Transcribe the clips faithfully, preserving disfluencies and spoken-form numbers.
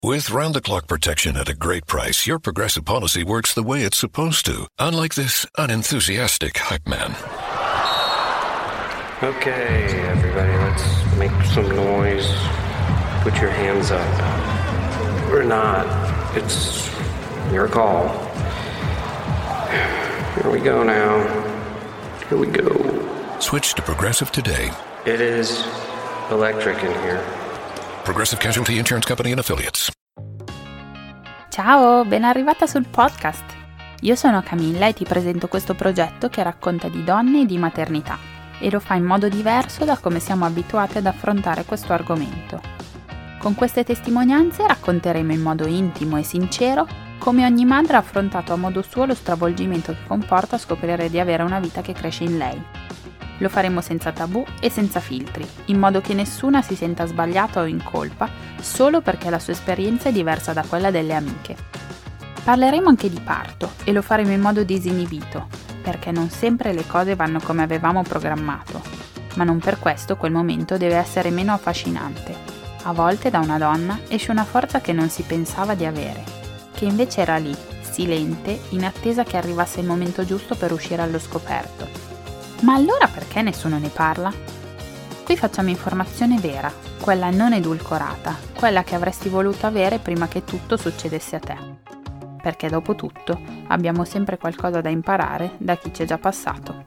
With round-the-clock protection at a great price, your Progressive policy works the way it's supposed to. Unlike this unenthusiastic hype man. Okay, everybody, let's make some noise. Put your hands up. Or not. It's your call. Here we go now. Here we go. Switch to Progressive today. It is electric in here. Progressive Casualty Insurance Company and Affiliates. Ciao, ben arrivata sul podcast. Io sono Camilla e ti presento questo progetto che racconta di donne e di maternità e lo fa in modo diverso da come siamo abituati ad affrontare questo argomento. Con queste testimonianze racconteremo in modo intimo e sincero come ogni madre ha affrontato a modo suo lo stravolgimento che comporta scoprire di avere una vita che cresce in lei. Lo faremo senza tabù e senza filtri, in modo che nessuna si senta sbagliata o in colpa solo perché la sua esperienza è diversa da quella delle amiche. Parleremo anche di parto e lo faremo in modo disinibito, perché non sempre le cose vanno come avevamo programmato, ma non per questo quel momento deve essere meno affascinante. A volte da una donna esce una forza che non si pensava di avere, che invece era lì, silente, in attesa che arrivasse il momento giusto per uscire allo scoperto. Ma allora perché nessuno ne parla? Qui facciamo informazione vera, quella non edulcorata, quella che avresti voluto avere prima che tutto succedesse a te. Perché dopo tutto abbiamo sempre qualcosa da imparare da chi ci è già passato.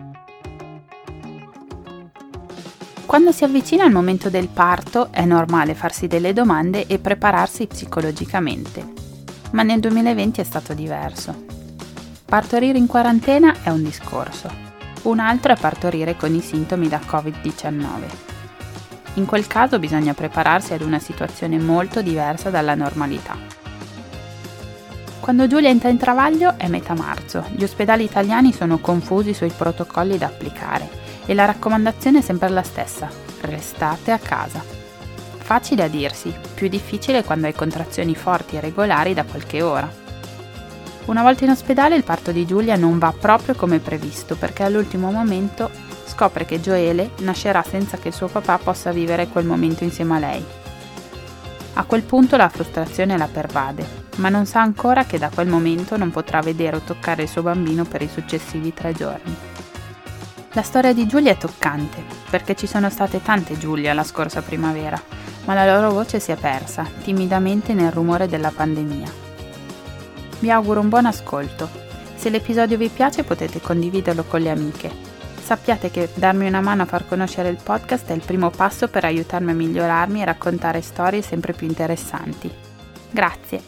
Quando si avvicina il momento del parto è normale farsi delle domande e prepararsi psicologicamente. Ma nel duemilaventi è stato diverso. Partorire in quarantena è un discorso. Un altro è partorire con i sintomi da covid diciannove. In quel caso bisogna prepararsi ad una situazione molto diversa dalla normalità. Quando Giulia entra in travaglio è metà marzo, gli ospedali italiani sono confusi sui protocolli da applicare e la raccomandazione è sempre la stessa: restate a casa. Facile a dirsi, più difficile quando hai contrazioni forti e regolari da qualche ora. Una volta in ospedale il parto di Giulia non va proprio come previsto perché all'ultimo momento scopre che Gioele nascerà senza che il suo papà possa vivere quel momento insieme a lei. A quel punto la frustrazione la pervade, ma non sa ancora che da quel momento non potrà vedere o toccare il suo bambino per i successivi tre giorni. La storia di Giulia è toccante perché ci sono state tante Giulia la scorsa primavera, ma la loro voce si è persa timidamente nel rumore della pandemia. Vi auguro un buon ascolto. Se l'episodio vi piace potete condividerlo con le amiche. Sappiate che darmi una mano a far conoscere il podcast è il primo passo per aiutarmi a migliorarmi e raccontare storie sempre più interessanti. Grazie.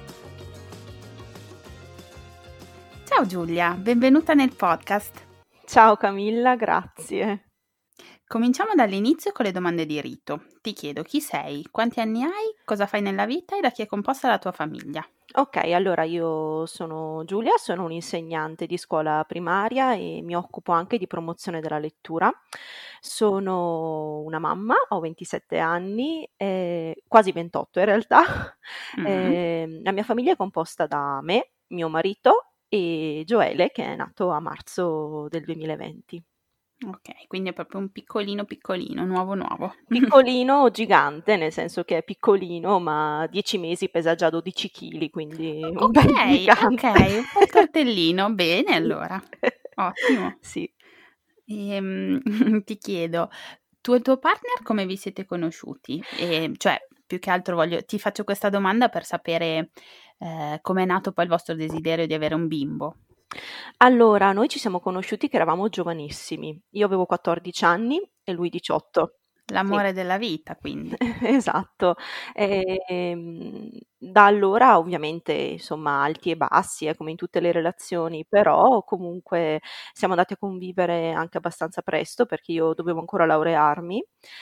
Ciao Giulia, benvenuta nel podcast. Ciao Camilla, grazie. Cominciamo dall'inizio con le domande di rito. Ti chiedo chi sei, quanti anni hai, cosa fai nella vita e da chi è composta la tua famiglia. Ok, allora io sono Giulia, sono un'insegnante di scuola primaria e mi occupo anche di promozione della lettura. Sono una mamma, ho ventisette anni, eh, quasi ventotto in realtà. Mm. Eh, la mia famiglia è composta da me, mio marito e Gioele, che è nato a marzo del duemilaventi. Ok, quindi è proprio un piccolino piccolino, nuovo nuovo. Piccolino gigante, nel senso che è piccolino, ma dieci mesi pesa già dodici chili, quindi un bel Ok, gigante. ok, un po' tortellino, bene allora, ottimo. Sì. Ehm, ti chiedo, tu e il tuo partner come vi siete conosciuti? E, cioè, più che altro voglio, ti faccio questa domanda per sapere eh, come è nato poi il vostro desiderio di avere un bimbo. Allora, noi ci siamo conosciuti che eravamo giovanissimi. Io avevo quattordici anni e lui diciotto. L'amore Sì. della vita, quindi. Esatto. Ehm, da allora ovviamente, insomma, alti e bassi, eh, come in tutte le relazioni, però comunque siamo andati a convivere anche abbastanza presto perché io dovevo ancora laurearmi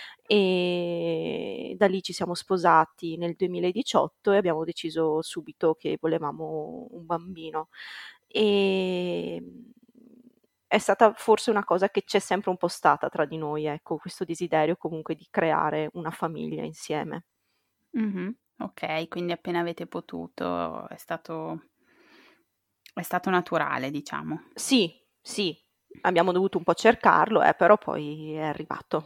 e da lì ci siamo sposati nel duemiladiciotto e abbiamo deciso subito che volevamo un bambino. E è stata forse una cosa che c'è sempre un po' stata tra di noi, ecco, questo desiderio comunque di creare una famiglia insieme. Mhm, ok, quindi appena avete potuto è stato, è stato naturale, diciamo. Sì, sì, abbiamo dovuto un po' cercarlo, eh, però poi è arrivato.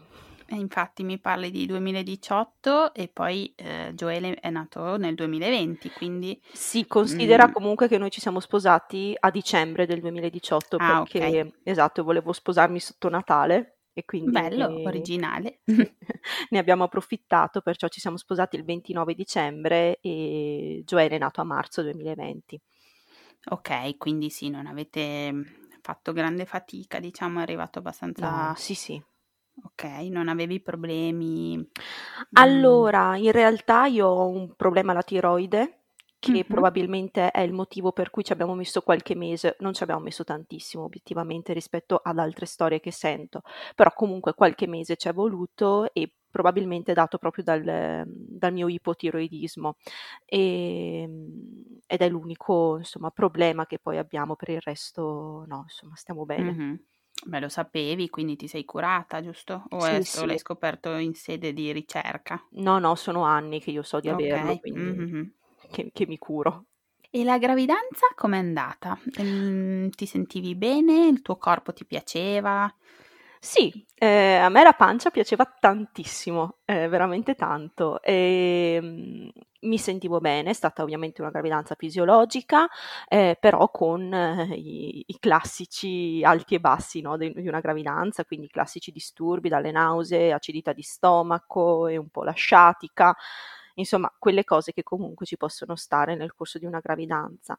E infatti mi parli di duemiladiciotto e poi eh, Gioele è nato nel duemilaventi, quindi... Sì, considera mm, comunque che noi ci siamo sposati a dicembre del duemiladiciotto ah, ok. perché, esatto, volevo sposarmi sotto Natale e Bello, quindi originale. sì, ne abbiamo approfittato, perciò ci siamo sposati il ventinove dicembre e Gioele è nato a marzo duemilaventi. Ok, quindi sì, non avete mm, fatto grande fatica, diciamo, è arrivato No, abbastanza... sì, sì. Ok, non avevi problemi. mm, Allora, in realtà io ho un problema alla tiroide, che mhm, probabilmente è il motivo per cui ci abbiamo messo qualche mese, non ci abbiamo messo tantissimo obiettivamente rispetto ad altre storie che sento, però comunque qualche mese ci è voluto e probabilmente è dato proprio dal, dal mio ipotiroidismo. E, ed è l'unico, insomma, problema che poi abbiamo. Per il resto, no, insomma, stiamo bene. mhm. Beh, lo sapevi, quindi ti sei curata, giusto? O, è- Sì, o l'hai sì. scoperto in sede di ricerca? No, no, sono anni che io so di Ok. averlo, quindi mhm. che, che mi curo. E la gravidanza com'è andata? Mm, ti sentivi bene? Il tuo corpo ti piaceva? Sì, eh, a me la pancia piaceva tantissimo, eh, veramente tanto. E, mm, mi sentivo bene, è stata ovviamente una gravidanza fisiologica, eh, però con eh, i, i classici alti e bassi, no, di, di una gravidanza, quindi i classici disturbi, dalle nausee, acidità di stomaco e un po' la sciatica, insomma, quelle cose che comunque ci possono stare nel corso di una gravidanza.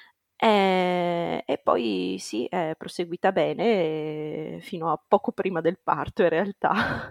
Ehm, e poi sì, è proseguita bene, ehm, fino a poco prima del parto in realtà.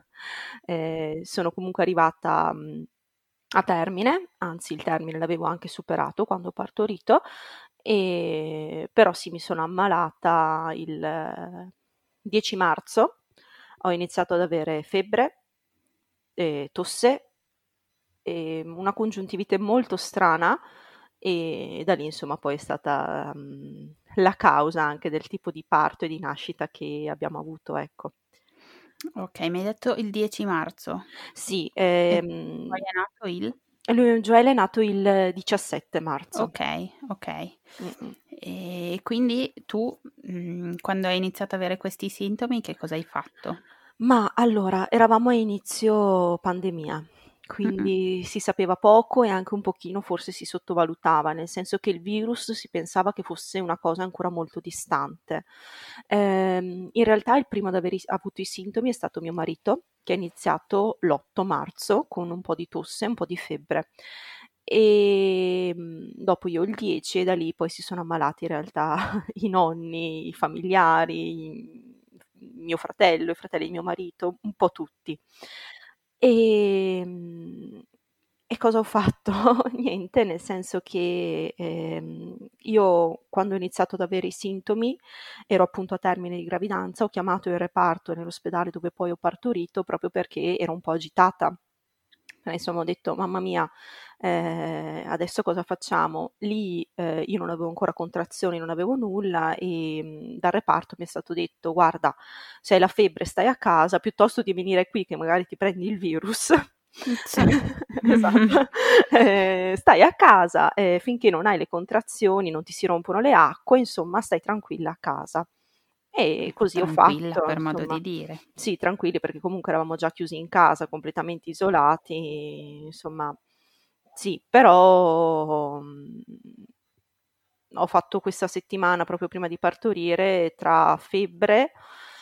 Ehm, sono comunque arrivata, mhmm, a termine, anzi il termine l'avevo anche superato quando ho partorito, ehm, però sì, mi sono ammalata il dieci marzo, ho iniziato ad avere febbre, ehm, tosse, ehm, una congiuntivite molto strana e da lì insomma poi è stata, mhmm, la causa anche del tipo di parto e di nascita che abbiamo avuto, ecco. Ok, mi hai detto il dieci marzo Sì, e ehm, poi è nato il... lui Gioele è nato il diciassette marzo. Ok, ok. Mh-mh. E quindi tu, mm, quando hai iniziato ad avere questi sintomi, che cosa hai fatto? Ma allora, eravamo a inizio pandemia, Mm-mm. quindi si sapeva poco e anche un pochino forse si sottovalutava, nel senso che il virus si pensava che fosse una cosa ancora molto distante. Ehm, in realtà il primo ad aver is- avuto i sintomi è stato mio marito, che ha iniziato l'otto marzo con un po' di tosse, un po' di febbre. E mm, dopo io il dieci e da lì poi si sono ammalati in realtà i nonni, i familiari, mio fratello, i fratelli di mio marito, un po' tutti. Ehm, e cosa ho fatto? Niente, nel senso che ehm, io quando ho iniziato ad avere i sintomi ero appunto a termine di gravidanza, ho chiamato il reparto nell'ospedale dove poi ho partorito proprio perché ero un po' agitata. Eh, Insomma, ho detto, mamma mia, eh, adesso cosa facciamo? Lì eh, io non avevo ancora contrazioni, non avevo nulla e mh, dal reparto mi è stato detto, guarda, se hai la febbre stai a casa, piuttosto di venire qui che magari ti prendi il virus. Sì. Esatto, eh, stai a casa eh, finché non hai le contrazioni, non ti si rompono le acque, insomma, stai tranquilla a casa. E così ho Tranquilla, fatto, per modo insomma. di dire. Sì, tranquilli perché comunque eravamo già chiusi in casa, completamente isolati, insomma, sì, però mh, ho fatto questa settimana proprio prima di partorire tra febbre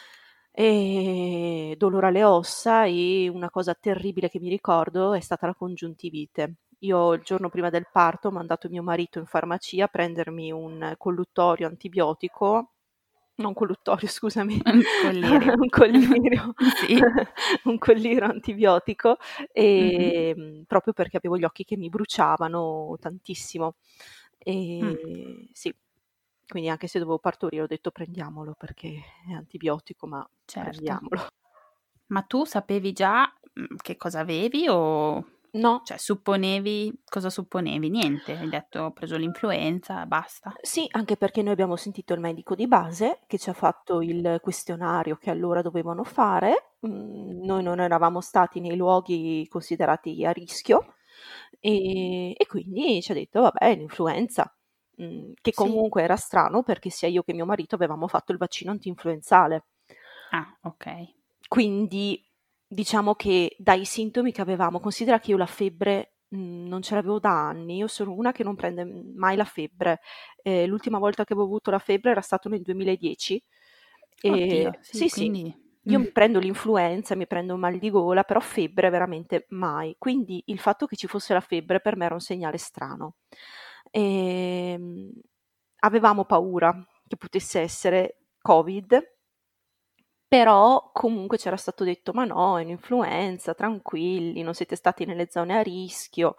e dolore alle ossa e una cosa terribile che mi ricordo è stata la congiuntivite. Io il giorno prima del parto ho mandato mio marito in farmacia a prendermi un colluttorio antibiotico, non colluttorio, scusami, Un collirio. un collirio, Sì. un collirio antibiotico, Mh-mh. ehm, proprio perché avevo gli occhi che mi bruciavano tantissimo. Mh, Ehm, sì, quindi anche se dovevo partorire ho detto: "Prendiamolo perché è antibiotico, ma certo. prendiamolo". Ma tu sapevi già, mhmm, che cosa avevi o No. cioè supponevi cosa supponevi? Niente, hai detto: "Ho preso l'influenza, basta." Sì, anche perché noi abbiamo sentito il medico di base che ci ha fatto il questionario che allora dovevano fare. Mhmm, noi non eravamo stati nei luoghi considerati a rischio, ehm, e quindi ci ha detto: "Vabbè, è l'influenza", mhmm, che Sì. comunque era strano perché sia io che mio marito avevamo fatto il vaccino antinfluenzale. Ah, okay. Quindi diciamo che dai sintomi che avevamo, considera che io la febbre mh, non ce l'avevo da anni, io sono una che non prende mai la febbre. Eh, l'ultima volta che avevo avuto la febbre era stato nel duemiladieci. Oddio, E, sì, sì, sì, quindi... io mm, mi prendo l'influenza, mi prendo un mal di gola, però febbre veramente mai. Quindi il fatto che ci fosse la febbre per me era un segnale strano. Ehm, avevamo paura che potesse essere Covid, però comunque c'era stato detto: ma no, è un'influenza, tranquilli, non siete stati nelle zone a rischio.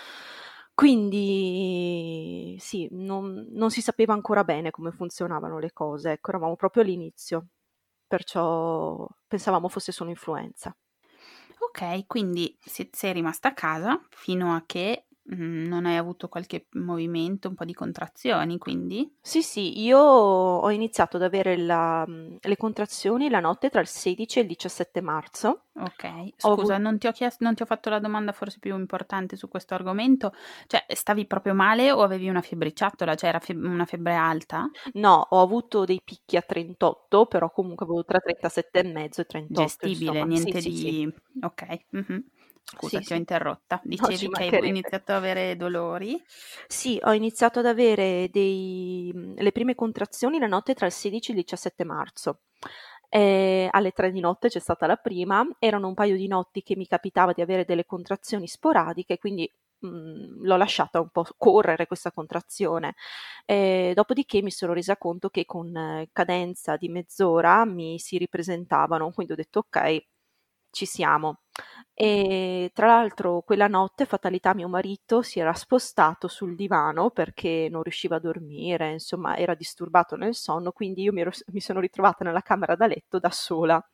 Quindi sì, non, non si sapeva ancora bene come funzionavano le cose, ecco, eravamo proprio all'inizio, perciò pensavamo fosse solo influenza. Ok, quindi si- sei rimasta a casa fino a che mm, non hai avuto qualche movimento, un po' di contrazioni, quindi? Sì, sì, io ho iniziato ad avere la- le contrazioni la notte tra il sedici e il diciassette marzo. Ok, Ho scusa, avuto... non ti ho chiesto, non ti ho fatto la domanda forse più importante su questo argomento. Cioè, stavi proprio male o avevi una febbriciattola? Cioè, era feb- una febbre alta? No, ho avuto dei picchi a trentotto, però comunque avevo tra trentasette e mezzo e trentotto, Gestibile, insomma. Sì, niente sì, sì. di... Ok, mhm. Scusa, Sì, ti ho sì. interrotta. No, ci Dicevi che hai mancherebbe. iniziato ad avere dolori? Sì, ho iniziato ad avere dei, mh, le prime contrazioni la notte tra il sedici e il diciassette marzo. Eh, alle tre di notte c'è stata la prima, erano un paio di notti che mi capitava di avere delle contrazioni sporadiche, quindi mh, l'ho lasciata un po' correre questa contrazione. Eh, dopodiché mi sono resa conto che con eh, cadenza di mezz'ora mi si ripresentavano, quindi ho detto ok, ci siamo. E tra l'altro quella notte, fatalità, mio marito si era spostato sul divano perché non riusciva a dormire, insomma era disturbato nel sonno, quindi io mi, ero- mi sono ritrovata nella camera da letto da sola.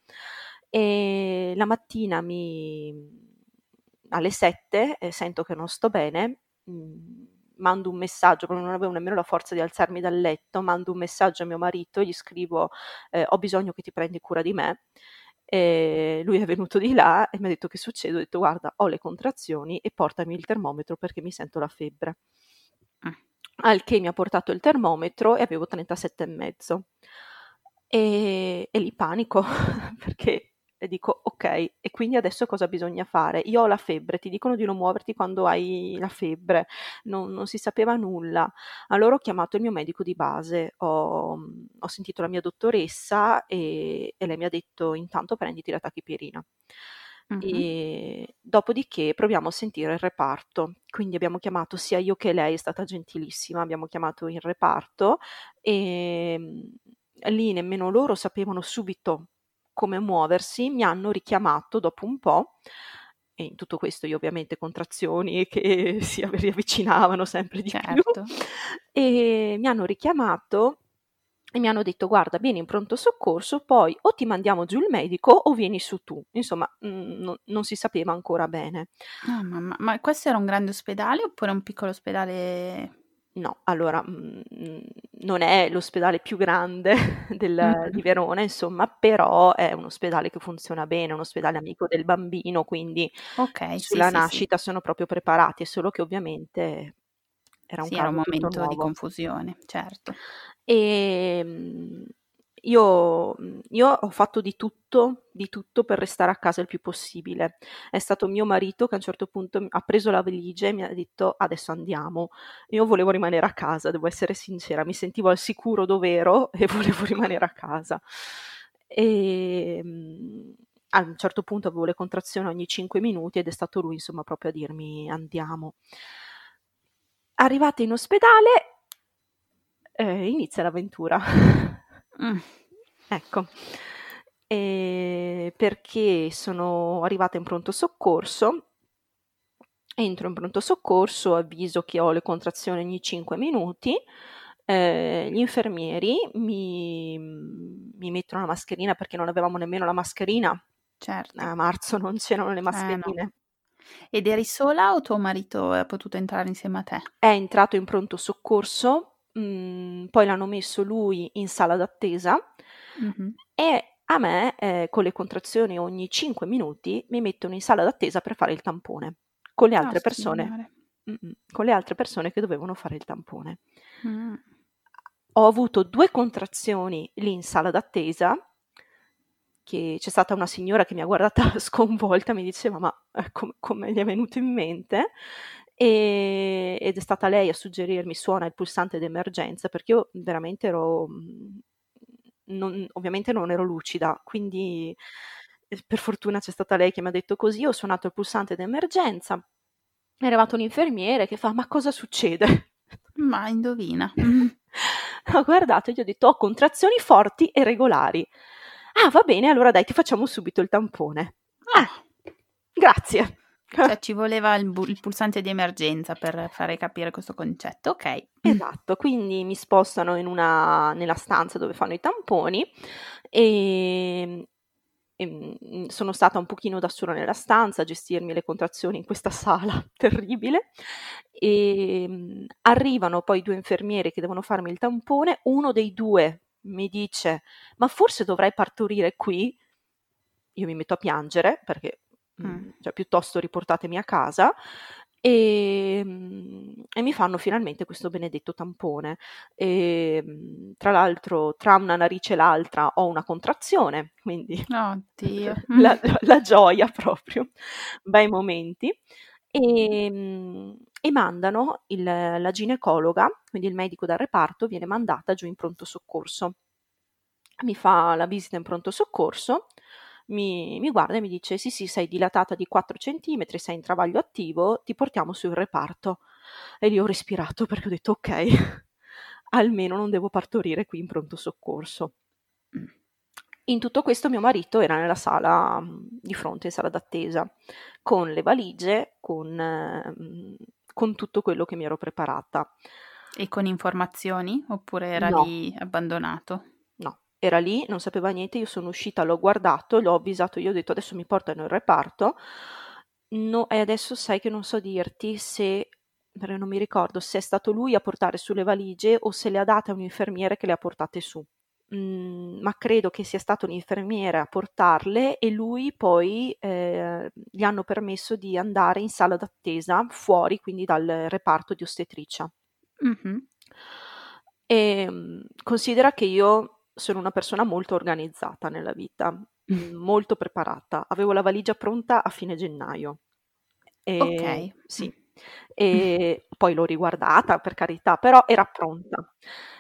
E la mattina mi, alle sette eh, sento che non sto bene, mh, mando un messaggio, proprio non avevo nemmeno la forza di alzarmi dal letto, mando un messaggio a mio marito, gli scrivo eh, ho bisogno che ti prendi cura di me. E lui è venuto di là e mi ha detto che succede, ho detto guarda ho le contrazioni e portami il termometro perché mi sento la febbre. Ah, Al che mi ha portato il termometro e avevo trentasette e mezzo. E, e lì panico perché e dico ok, e quindi adesso cosa bisogna fare? Io ho la febbre, ti dicono di non muoverti quando hai la febbre, non, non si sapeva nulla. Allora ho chiamato il mio medico di base, ho, ho sentito la mia dottoressa e, e lei mi ha detto intanto prenditi la tachipirina. mhm. E dopodiché proviamo a sentire il reparto. Quindi abbiamo chiamato sia io che lei, è stata gentilissima, abbiamo chiamato il reparto e mh, lì nemmeno loro sapevano subito come muoversi, mi hanno richiamato dopo un po'. E in tutto questo io ovviamente contrazioni che si riavvicinavano sempre di più Certo. e mi hanno richiamato e mi hanno detto guarda vieni in pronto soccorso, poi o ti mandiamo giù il medico o vieni su tu. Insomma, mh, no- non si sapeva ancora bene. Ah, mamma, ma questo era un grande ospedale oppure un piccolo ospedale? No, allora, mhmm, non è l'ospedale più grande del di Mhm. Verona, insomma, però è un ospedale che funziona bene, è un ospedale amico del bambino, quindi Ok, sì, sulla sì, sì. nascita sono proprio preparati, è solo che ovviamente era un Sì, era un caso tutto momento di nuovo. confusione, certo. Ehm, io mhmm, io ho fatto di tutto, di tutto per restare a casa il più possibile. È stato mio marito che a un certo punto m ha preso la valigia e mi ha detto: "Adesso andiamo". Io volevo rimanere a casa, devo essere sincera, mi sentivo al sicuro dov'ero e volevo rimanere a casa. Ehm, a un certo punto avevo le contrazioni ogni cinque minuti ed è stato lui insomma proprio a dirmi: "Andiamo". Arrivata in ospedale, ehm, inizia l'avventura. Mm, Ecco, ehm, perché sono arrivata in pronto soccorso, entro in pronto soccorso, avviso che ho le contrazioni ogni cinque minuti, ehm, gli infermieri mi mhmm, mi mettono la mascherina perché non avevamo nemmeno la mascherina. certo. A marzo non c'erano le Eh no. mascherine. Ed eri sola o tuo marito è potuto entrare insieme a te? È entrato in pronto soccorso, mhmm, poi l'hanno messo lui in sala d'attesa Mhm. e a me, ehm, con le contrazioni ogni cinque minuti, mi mettono in sala d'attesa per fare il tampone, con le Oh, altre persone signore. mh-mh, con le altre persone che dovevano fare il tampone. Mm. Ho avuto due contrazioni lì in sala d'attesa che c'è stata una signora che mi ha guardata sconvolta, mi diceva ma eh, com- come gli è venuto in mente? E- ed è stata lei a suggerirmi suona il pulsante d'emergenza, perché io veramente ero, mh, non- ovviamente non ero lucida, quindi eh, per fortuna c'è stata lei che mi ha detto così, ho suonato il pulsante d'emergenza, è arrivato un infermiere che fa ma cosa succede? Ma indovina. Mm. Ho guardato e gli ho detto ho contrazioni forti e regolari. Ah, va bene, allora dai, ti facciamo subito il tampone. Ah, Oh, grazie. cioè ci voleva il, bu- il pulsante di emergenza per fare capire questo concetto, ok. Esatto, quindi mi spostano in una, nella stanza dove fanno i tamponi e, e, mm, sono stata un pochino da sola nella stanza a gestirmi le contrazioni in questa sala terribile e mm, arrivano poi due infermieri che devono farmi il tampone, uno dei due mi dice ma forse dovrei partorire qui, io mi metto a piangere perché Mm. mm, cioè, piuttosto riportatemi a casa e, mm, e mi fanno finalmente questo benedetto tampone. E, mm, tra l'altro, tra una narice e l'altra ho una contrazione, quindi Oddio. la, la gioia proprio, bei momenti. E, mm, e mandano il- la ginecologa, quindi il medico del reparto, viene mandata giù in pronto soccorso. Mi fa la visita in pronto soccorso, mi, mi guarda e mi dice: Sì, sì, sei dilatata di quattro centimetri, sei in travaglio attivo, ti portiamo sul reparto. E lì ho respirato perché ho detto: Ok, almeno non devo partorire qui in pronto soccorso. Mm. In tutto questo mio marito era nella sala mm, di fronte, in sala d'attesa, con le valigie, con, ehm, con tutto quello che mi ero preparata. E con informazioni? Oppure era No, lì abbandonato? no, era lì, non sapeva niente, io sono uscita, l'ho guardato, gli ho avvisato, io ho detto adesso mi portano in reparto. No, e adesso sai che non so dirti se, perché non mi ricordo se è stato lui a portare su le valigie o se le ha date a un infermiere che le ha portate su. Mm, ma credo che sia stato un infermiere a portarle e lui poi eh, gli hanno permesso di andare in sala d'attesa fuori, quindi dal reparto di ostetricia. Mhm. E mm, considera che io sono una persona molto organizzata nella vita, mm, molto preparata. Avevo la valigia pronta a fine gennaio. Ok. E, Mm. sì, e poi l'ho riguardata per carità, però era pronta.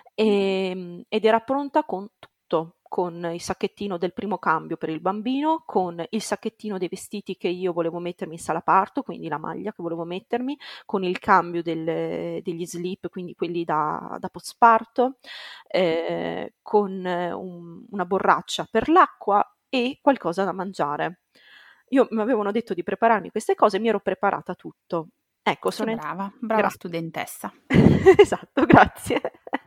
E, ed era pronta con tutto, con il sacchettino del primo cambio per il bambino, con il sacchettino dei vestiti che io volevo mettermi in sala parto, quindi la maglia che volevo mettermi, con il cambio del- degli slip, quindi quelli da, da postparto, eh, con eh, un- una borraccia per l'acqua e qualcosa da mangiare. Io mi avevano detto di prepararmi queste cose e mi ero preparata tutto. Ecco, Che sono en- brava, brava Grazie. studentessa. Esatto, grazie.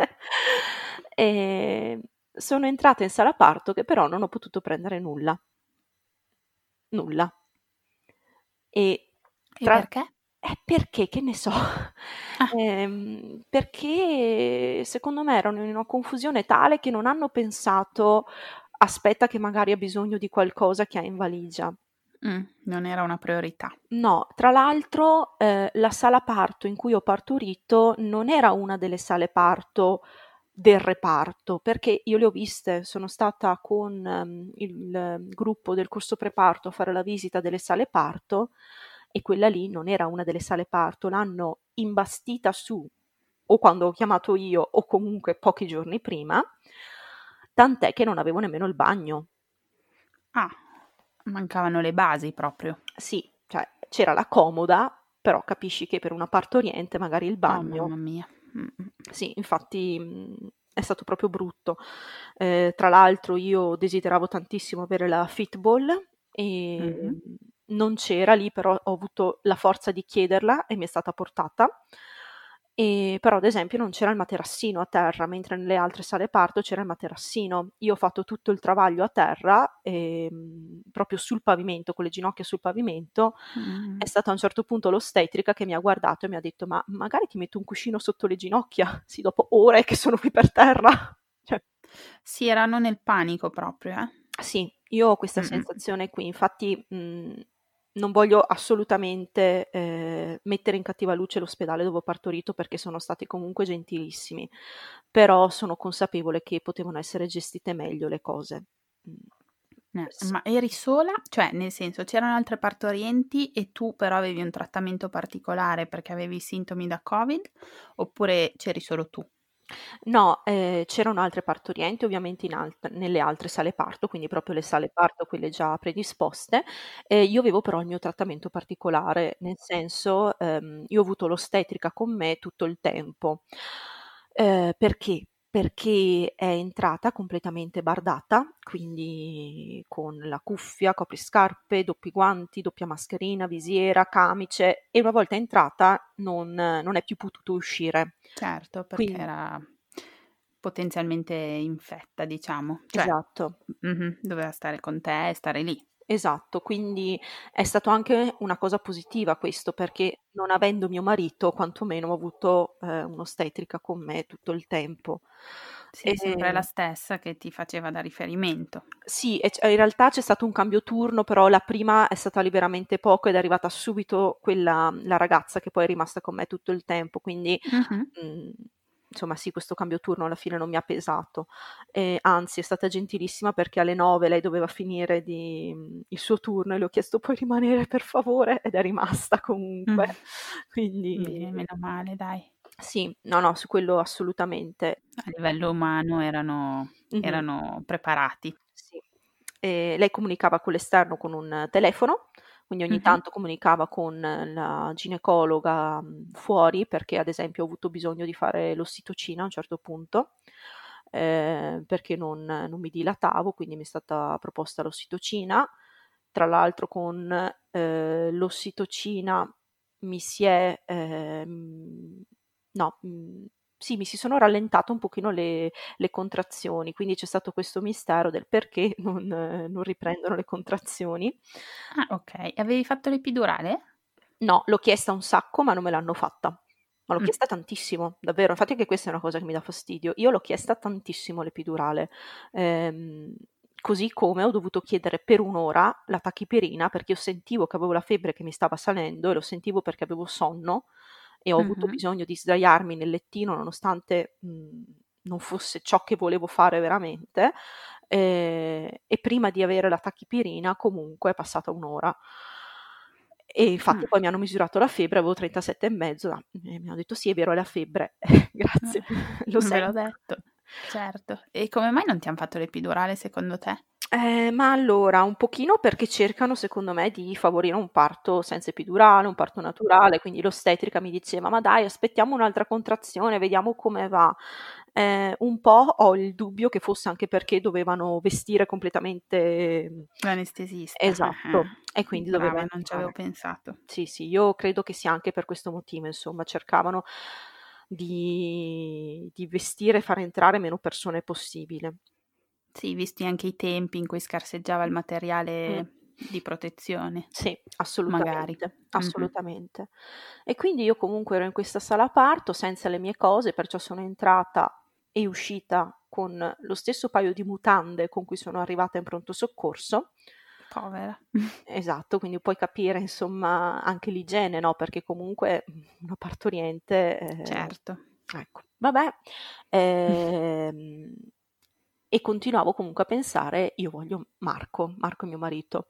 E sono entrata in sala parto che però non ho potuto prendere nulla. Nulla. E E tra perché? eh, perché? Che ne so. Ah, Ehm, perché secondo me erano in una confusione tale che non hanno pensato: "Aspetta che magari ha bisogno di qualcosa che ha in valigia". mm, non era una priorità. No, tra l'altro, ehm, la sala parto in cui ho partorito non era una delle sale parto del reparto, perché io le ho viste, sono stata con, ehm, il eh, gruppo del corso preparto a fare la visita delle sale parto e quella lì non era una delle sale parto, l'hanno imbastita su o quando ho chiamato io o comunque pochi giorni prima, tant'è che non avevo nemmeno il bagno. Ah, mancavano le basi proprio. Sì, cioè c'era la comoda, però capisci che per una partoriente magari il Oh, bagno. mamma mia. Mm, mm. Sì, infatti mh, è stato proprio brutto. Eh, tra l'altro io desideravo tantissimo avere la Fitball e Mhm. mh, non c'era lì, però ho avuto la forza di chiederla e mi è stata portata. E, però ad esempio non c'era il materassino a terra, mentre nelle altre sale parto c'era il materassino. Io ho fatto tutto il travaglio a terra, e, mh, proprio sul pavimento, con le ginocchia sul pavimento. Mm. È stata a un certo punto l'ostetrica che mi ha guardato e mi ha detto: Ma magari ti metto un cuscino sotto le ginocchia? Sì, dopo ore che sono qui per terra. Cioè, Sì, erano nel panico proprio, eh. sì, io ho questa Mm, mm. sensazione qui, infatti mh, non voglio assolutamente eh, mettere in cattiva luce l'ospedale dove ho partorito perché sono stati comunque gentilissimi, però sono consapevole che potevano essere gestite meglio le cose. Mm. Eh, Sì. ma eri sola? Cioè, nel senso, c'erano altre partorienti e tu però avevi un trattamento particolare perché avevi sintomi da Covid, oppure c'eri solo tu? No, ehm, c'erano altre partorienti ovviamente in alt nelle altre sale parto, quindi proprio le sale parto, quelle già predisposte, e io avevo però il mio trattamento particolare, nel senso, ehm, io ho avuto l'ostetrica con me tutto il tempo. Ehm, perché? Perché è entrata completamente bardata, quindi con la cuffia, copriscarpe, doppi guanti, doppia mascherina, visiera, camice, e una volta entrata non non è più potuto uscire. Certo, perché Quin era potenzialmente infetta, diciamo. Cioè, Esatto, mh-mh, doveva stare con te e stare lì. esatto. Quindi è stato anche una cosa positiva questo, perché non avendo mio marito, quantomeno ho avuto, ehm, un'ostetrica con me tutto il tempo. Sì, sempre la Ehm stessa che ti faceva da riferimento. Sì, e c in realtà c'è stato un cambio turno, però la prima è stata lì veramente poco ed è arrivata subito quella la ragazza che poi è rimasta con me tutto il tempo, quindi, Mh-mh. mhmm, insomma sì, questo cambio turno alla fine non mi ha pesato. Ehm, anzi è stata gentilissima perché alle nove lei doveva finire di mhmm, il suo turno e le ho chiesto: "Puoi rimanere per favore?" Ed è rimasta comunque. Mh. Quindi Bene, meno male dai. sì, no, no, su quello assolutamente. A livello umano erano Mh-mh. erano preparati. Sì. Ehm, lei comunicava con l'esterno con un telefono, quindi ogni Mh-mh. tanto comunicava con la ginecologa, mhmm, fuori, perché ad esempio ho avuto bisogno di fare l'ossitocina a un certo punto, ehm, perché non non mi dilatavo, quindi mi è stata proposta l'ossitocina. Tra l'altro con, ehm, l'ossitocina mi si è, ehm no, mhmm, sì, mi si sono rallentate un pochino le le contrazioni, quindi c'è stato questo mistero del perché non non riprendono le contrazioni. Ah, okay. E avevi fatto l'epidurale? No, l'ho chiesta un sacco, ma non me l'hanno fatta. Ma l'ho Mh. chiesta tantissimo, davvero. Infatti anche questa è una cosa che mi dà fastidio. Io l'ho chiesta tantissimo l'epidurale, ehm, così come ho dovuto chiedere per un' ora la tachipirina, perché io sentivo che avevo la febbre che mi stava salendo e lo sentivo perché avevo sonno e ho avuto Mh-mh. bisogno di sdraiarmi nel lettino nonostante, mhmm, non fosse ciò che volevo fare veramente, ehm, e prima di avere la tachipirina comunque è passata un' ora. E infatti Mh. poi mi hanno misurato la febbre, avevo trentasette e mezzo, ma e mi hanno detto: "Sì, è vero, è la febbre." Grazie, lo Eh, ve l'ho sento. detto. Certo. E come mai non ti han fatto l'epidurale secondo te? Ehm, ma allora, un pochino perché cercano secondo me di favorire un parto senza epidurale, un parto naturale, quindi l'ostetrica mi diceva: "Ma dai, aspettiamo un'altra contrazione, vediamo come va." Ehm, un po' ho il dubbio che fosse anche perché dovevano vestire completamente mhmm, L'anestesista. esatto, e quindi doveva Brava, non ci avevo entrare. pensato. Sì, sì, io credo che sia anche per questo motivo, insomma, cercavano di di vestire e far entrare meno persone possibile. Sì, visti anche i tempi in cui scarseggiava il Mh. materiale di protezione, Sì, magari. assolutamente, Mh-mh. assolutamente. E quindi io comunque ero in questa sala parto senza le mie cose, perciò sono entrata e uscita con lo stesso paio di mutande con cui sono arrivata in pronto soccorso. Povera. Esatto, quindi puoi capire insomma anche l'igiene, no, perché comunque, mhmm, una partoriente, ehm Certo. ecco, vabbè, ehm, e continuavo comunque a pensare: "Io voglio Marco, Marco è mio marito."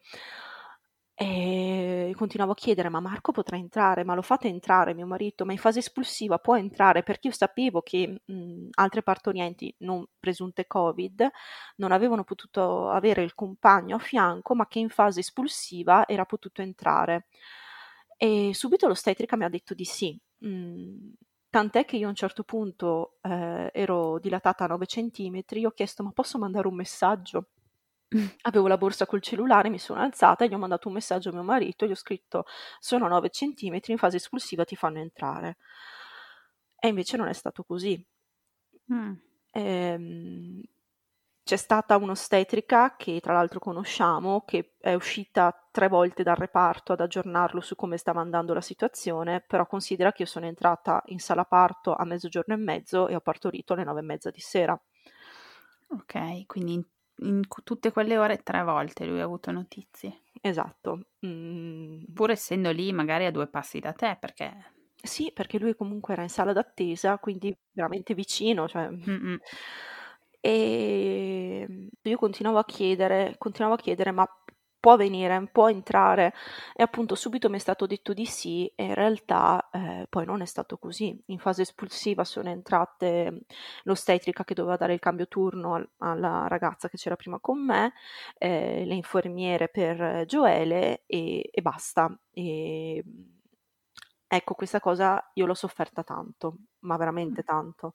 Ehm, continuavo a chiedere: "Ma Marco potrà entrare? Ma lo fate entrare mio marito? Ma in fase espulsiva può entrare?" Perché io sapevo che, mhmm, altre partorienti non presunte Covid, non avevano potuto avere il compagno a fianco, ma che in fase espulsiva era potuto entrare. E subito l'ostetrica mi ha detto di sì. Mhmm, tant'è che io a un certo punto, ehm, ero dilatata a nove centimetri, ho chiesto: "Ma posso mandare un messaggio?" Avevo la borsa col cellulare, mi sono alzata e gli ho mandato un messaggio a mio marito, gli ho scritto: "Sono a nove centimetri, in fase espulsiva ti fanno entrare." E invece non è stato così. Mh. Ehm, c'è stata un'ostetrica che tra l'altro conosciamo, che è uscita tre volte dal reparto ad aggiornarlo su come stava andando la situazione, però considera che io sono entrata in sala parto a mezzogiorno e mezzo e ho partorito alle nove e mezza di sera. Okay, quindi in in cu tutte quelle ore tre volte lui ha avuto notizie. Esatto. Mhmm Pur essendo lì magari a due passi da te, perché Sì, perché lui comunque era in sala d'attesa, quindi veramente vicino, cioè mh-mh. E io continuavo a chiedere, continuavo a chiedere, ma può venire, può entrare? E appunto subito mi è stato detto di sì, e in realtà eh, poi non è stato così. In fase espulsiva sono entrate l'ostetrica che doveva dare il cambio turno al- alla ragazza che c'era prima con me, eh, le infermiere per Gioele e, e basta. E, ecco, questa cosa io l'ho sofferta tanto, ma veramente tanto.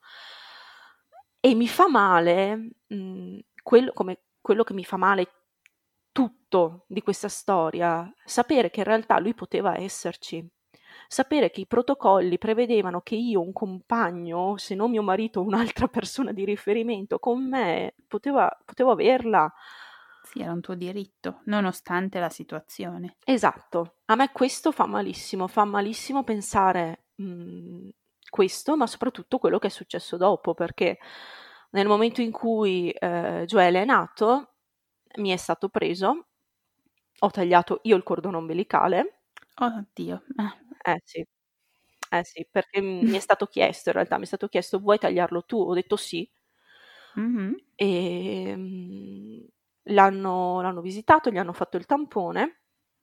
E mi fa male, mh, quello, come quello che mi fa male tutto di questa storia, sapere che in realtà lui poteva esserci, sapere che i protocolli prevedevano che io, un compagno, se non mio marito, un'altra persona di riferimento con me, poteva, potevo averla. Sì, era un tuo diritto, nonostante la situazione. Esatto, a me questo fa malissimo, fa malissimo pensare mh, questo, ma soprattutto quello che è successo dopo, perché nel momento in cui eh, Gioele è nato, mi è stato preso, ho tagliato io il cordone ombelicale, Oddio. eh sì, eh sì, perché mi è stato chiesto, in realtà mi è stato chiesto, vuoi tagliarlo tu? Ho detto sì, Mhm. e mh, l'hanno, l'hanno visitato, gli hanno fatto il tampone,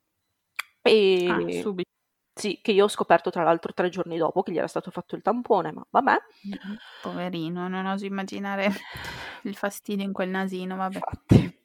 Ah, e subito. sì, che io ho scoperto tra l'altro tre giorni dopo che gli era stato fatto il tampone, ma vabbè. Mm, Poverino, non oso immaginare il fastidio in quel nasino, vabbè. Infatti.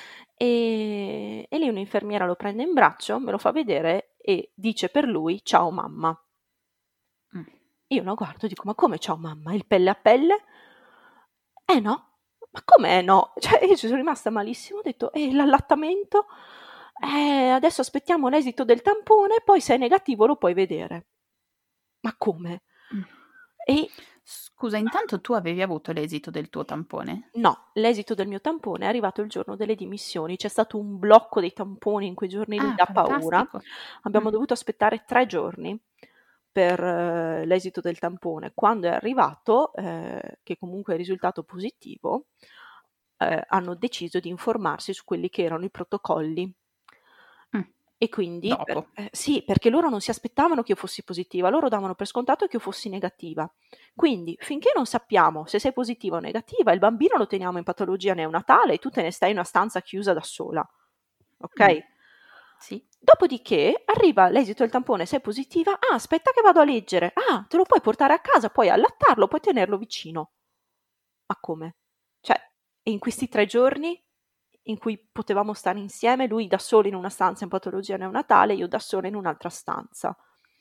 E, e lì un'infermiera lo prende in braccio, me lo fa vedere e dice per lui ciao mamma. Mm. Io lo guardo e dico ma come ciao mamma? Il pelle a pelle? Eh no, ma com'è no? Cioè io ci sono rimasta malissimo, ho detto e l'allattamento? Eh, adesso aspettiamo l'esito del tampone, poi se è negativo lo puoi vedere. Ma come? Mm. E Scusa, intanto tu avevi avuto l'esito del tuo tampone? no, l'esito del mio tampone è arrivato il giorno delle dimissioni, c'è stato un blocco dei tamponi in quei giorni lì Ah, da paura, fantastico. abbiamo Mm. dovuto aspettare tre giorni per eh, l'esito del tampone. Quando è arrivato, eh, che comunque è risultato positivo, eh, hanno deciso di informarsi su quelli che erano i protocolli. Mm. E quindi, per- Dopo. eh, sì, perché loro non si aspettavano che io fossi positiva, loro davano per scontato che io fossi negativa. Quindi, finché non sappiamo se sei positiva o negativa, il bambino lo teniamo in patologia neonatale e tu te ne stai in una stanza chiusa da sola. Ok? Mm. Sì. Dopodiché arriva l'esito del tampone, sei positiva, ah, aspetta che vado a leggere, ah, te lo puoi portare a casa, puoi allattarlo, puoi tenerlo vicino. Ma come? Cioè, e in questi tre giorni in cui potevamo stare insieme, lui da solo in una stanza in patologia neonatale, io da sola in un'altra stanza.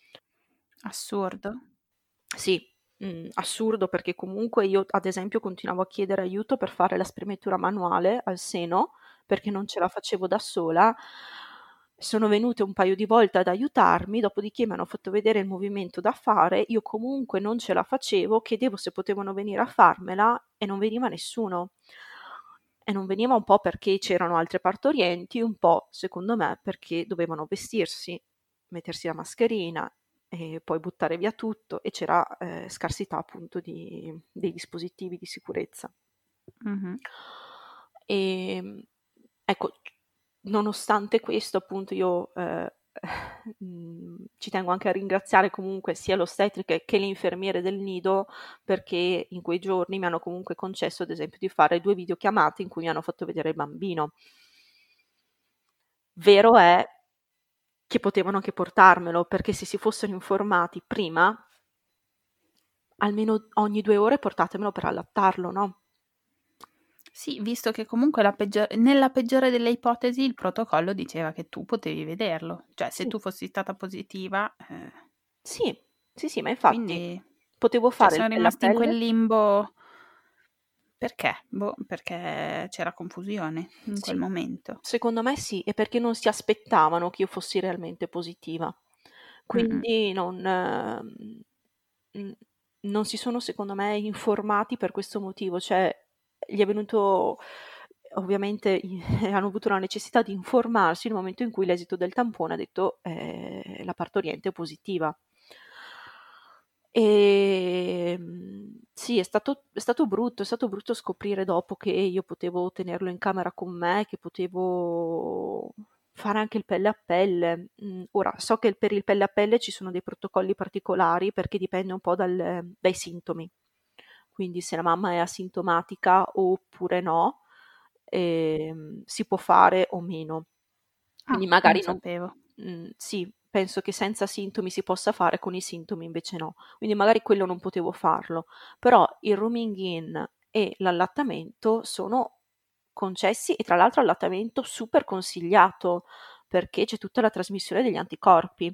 Assurdo. Sì, mh, assurdo perché comunque io ad esempio continuavo a chiedere aiuto per fare la spremitura manuale al seno perché non ce la facevo da sola. Sono venute un paio di volte ad aiutarmi, dopodiché mi hanno fatto vedere il movimento da fare, io comunque non ce la facevo, chiedevo se potevano venire a farmela e non veniva nessuno. E non veniva un po' perché c'erano altre partorienti, un po' secondo me perché dovevano vestirsi, mettersi la mascherina e poi buttare via tutto e c'era eh, scarsità appunto di, dei dispositivi di sicurezza. Mhm. E ecco, nonostante questo, appunto, io eh, mh, ci tengo anche a ringraziare comunque sia l'ostetrica che le infermiere del nido perché in quei giorni mi hanno comunque concesso, ad esempio, di fare due videochiamate in cui mi hanno fatto vedere il bambino. Vero è che potevano anche portarmelo, perché se si fossero informati prima, almeno ogni due ore portatemelo per allattarlo, no? Sì, visto che comunque la peggior- nella peggiore delle ipotesi il protocollo diceva che tu potevi vederlo, cioè se Sì, tu fossi stata positiva, eh, sì, sì, sì, ma infatti quindi potevo cioè, fare il sono pelle a rimasti in pelle. quel limbo. Perché? Boh, perché c'era confusione in quel Sì, momento. secondo me sì, e perché non si aspettavano che io fossi realmente positiva. Mm-mm. Quindi non, ehm, mm, non si sono, secondo me, informati per questo motivo. Cioè, gli è venuto, ovviamente, i- hanno avuto la necessità di informarsi nel momento in cui l'esito del tampone ha detto eh, la partoriente è positiva. E mm, sì, è stato, è stato brutto, è stato brutto scoprire dopo che io potevo tenerlo in camera con me, che potevo fare anche il pelle a pelle. Mm, ora, so che per il pelle a pelle ci sono dei protocolli particolari perché dipende un po' dal- dai sintomi. quindi se la mamma è asintomatica oppure no, ehm, si può fare o meno. Ah, Quindi non magari non sapevo. mhmm, sì, penso che senza sintomi si possa fare, con i sintomi invece no. Quindi magari quello non potevo farlo, però il rooming in e l'allattamento sono concessi e tra l'altro allattamento super consigliato, perché c'è tutta la trasmissione degli anticorpi.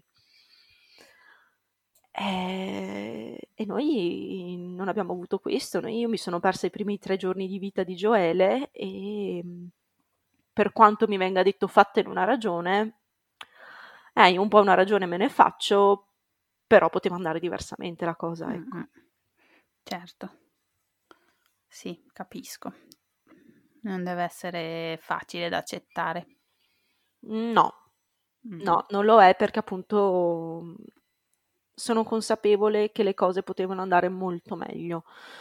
Ehm, e noi non abbiamo avuto questo, noi io mi sono persa i primi tre giorni di vita di Gioele e, mhmm, per quanto mi venga detto fattene una ragione, eh, io un po' una ragione me ne faccio, però poteva andare diversamente la cosa, ecco. Mh-mh. Certo. Sì, capisco. Non deve essere facile da accettare. No, Mh. no, non lo è perché appunto, mhmm, sono consapevole che le cose potevano andare molto meglio.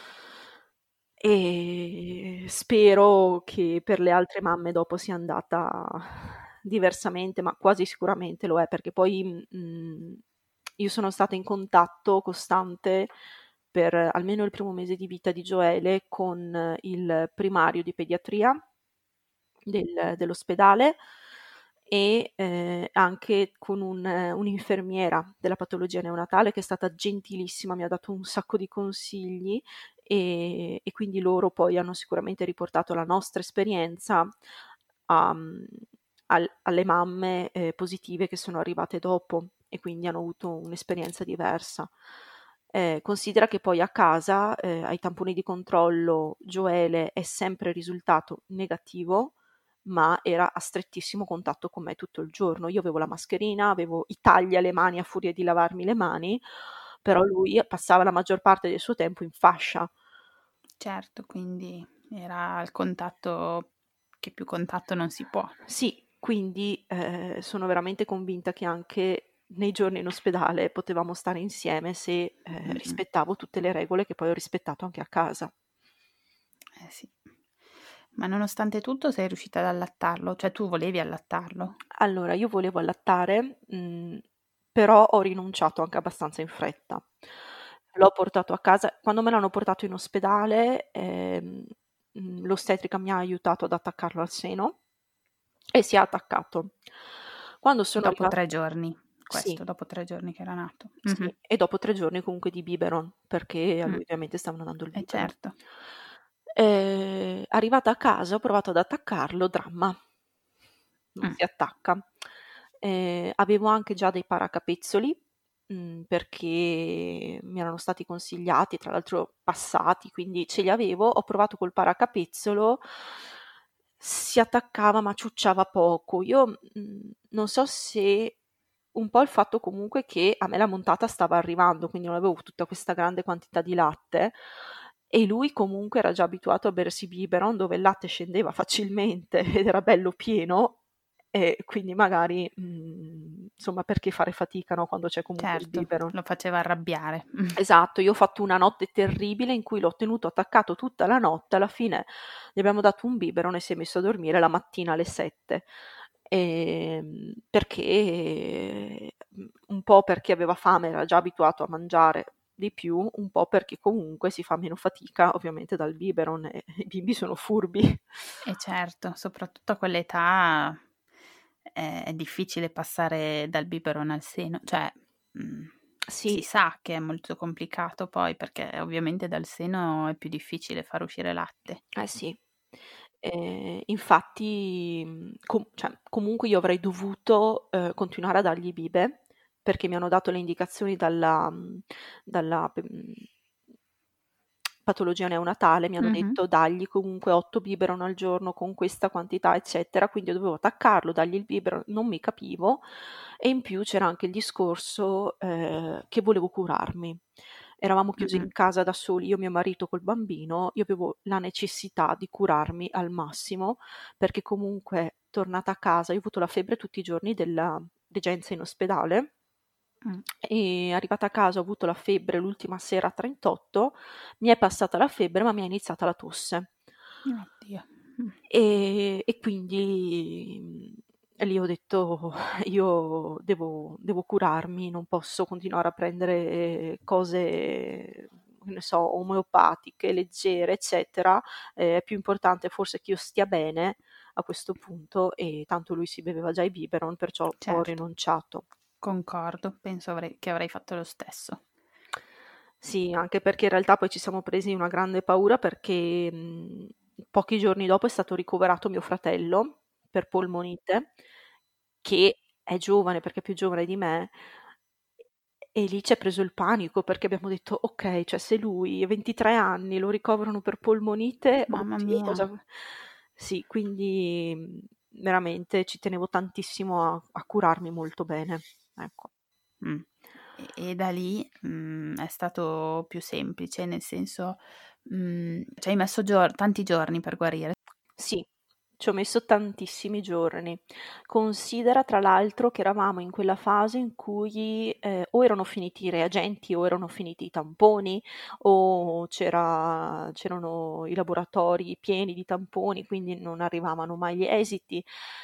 E spero che per le altre mamme dopo sia andata diversamente, ma quasi sicuramente lo è, perché poi, mhmm, io sono stata in contatto costante per almeno il primo mese di vita di Gioele con il primario di pediatria del dell'ospedale e, ehm, anche con un un'infermiera della patologia neonatale che è stata gentilissima, mi ha dato un sacco di consigli, e e quindi loro poi hanno sicuramente riportato la nostra esperienza a mhmm, al alle mamme, ehm, positive che sono arrivate dopo e quindi hanno avuto un'esperienza diversa. Ehm, considera che poi a casa, ehm, ai tamponi di controllo Gioele è sempre risultato negativo, ma era a strettissimo contatto con me tutto il giorno. Io avevo la mascherina, avevo i tagli alle mani a furia di lavarmi le mani, però lui passava la maggior parte del suo tempo in fascia. Certo, quindi era il contatto che più contatto non si può. Sì, quindi, ehm, sono veramente convinta che anche nei giorni in ospedale potevamo stare insieme se, ehm, Mh-mh. rispettavo tutte le regole che poi ho rispettato anche a casa. Eh sì. Ma nonostante tutto sei riuscita ad allattarlo? Cioè tu volevi allattarlo? Allora, io volevo allattare, mhmm, però ho rinunciato anche abbastanza in fretta. L'ho portato a casa quando me l'hanno portato in ospedale, ehm, mhmm, l'ostetrica mi ha aiutato ad attaccarlo al seno e si è attaccato. Quando sono Dopo arriva tre giorni, sì, questo, dopo tre giorni che era nato. sì, Mh-mh. e dopo tre giorni comunque di biberon, perché a Mh. lui ovviamente stavano dando il Eh biberon. certo. Ehm, arrivata a casa ho provato ad attaccarlo, dramma, non Mh. si attacca. Ehm, avevo anche già dei paracapezzoli, mhmm, perché mi erano stati consigliati, tra l'altro passati, quindi ce li avevo. Ho provato col paracapezzolo, si attaccava ma ciucciava poco. Io, mhmm, non so se un po' il fatto comunque che a me la montata stava arrivando, quindi non avevo tutta questa grande quantità di latte e lui comunque era già abituato a bersi biberon dove il latte scendeva facilmente ed era bello pieno e quindi magari, mhmm, insomma perché fare fatica, no, quando c'è comunque il Certo, biberon. lo faceva arrabbiare. Esatto, io ho fatto una notte terribile in cui l'ho tenuto attaccato tutta la notte, alla fine gli abbiamo dato un biberon e si è messo a dormire la mattina alle sette. Ehm, perché mhmm, un po' perché aveva fame, era già abituato a mangiare di più, un po' perché comunque si fa meno fatica ovviamente dal biberon e i bimbi sono furbi. Eh certo, soprattutto a quell'età è è difficile passare dal biberon al seno, cioè, mhmm, si Sì, sa che è molto complicato poi, perché ovviamente dal seno è più difficile far uscire latte. eh sì. Ehm, infatti, mhmm, com cioè comunque io avrei dovuto, uhm, continuare a dargli bibe, perché mi hanno dato le indicazioni dalla mhmm, dalla p mhmm, patologia neonatale, mi hanno Mh-mh. detto: "Dagli comunque otto biberon al giorno con questa quantità", eccetera, quindi io dovevo attaccarlo, dargli il biberon, non mi capivo e in più c'era anche il discorso, ehm, che volevo curarmi. Eravamo chiusi Mh-mh. in casa da soli, io e mio marito col bambino, io avevo la necessità di curarmi al massimo, perché comunque tornata a casa io ho avuto la febbre tutti i giorni della degenza in ospedale Mh. e arrivata a casa ho avuto la febbre l'ultima sera a trentotto, mi è passata la febbre ma mi è iniziata la tosse. Oddio. Mh. E e quindi, mhmm, lì ho detto: "Io devo devo curarmi, non posso continuare a prendere cose che ne so, omeopatiche, leggere, eccetera, eh, è più importante forse che io stia bene a questo punto, e tanto lui si beveva già i biberon, perciò ho Certo, rinunciato. concordo, penso avrei- che avrei fatto lo stesso. Sì, anche perché in realtà poi ci siamo presi una grande paura perché mh, pochi giorni dopo è stato ricoverato mio fratello per polmonite, che è giovane perché è più giovane di me, e lì ci è preso il panico perché abbiamo detto, ok, cioè se lui ha ventitré anni, lo ricoverano per polmonite, Mamma oddio, mia. cosa... Sì, quindi mh, veramente ci tenevo tantissimo a, a curarmi molto bene, ecco. Mm. E, e da lì mm, è stato più semplice, nel senso, mm, ci hai messo gior- tanti giorni per guarire. Sì, ci ho messo tantissimi giorni. Considera tra l'altro che eravamo in quella fase in cui eh, o erano finiti i reagenti o erano finiti i tamponi o c'era- c'erano i laboratori pieni di tamponi, quindi non arrivavano mai gli esiti.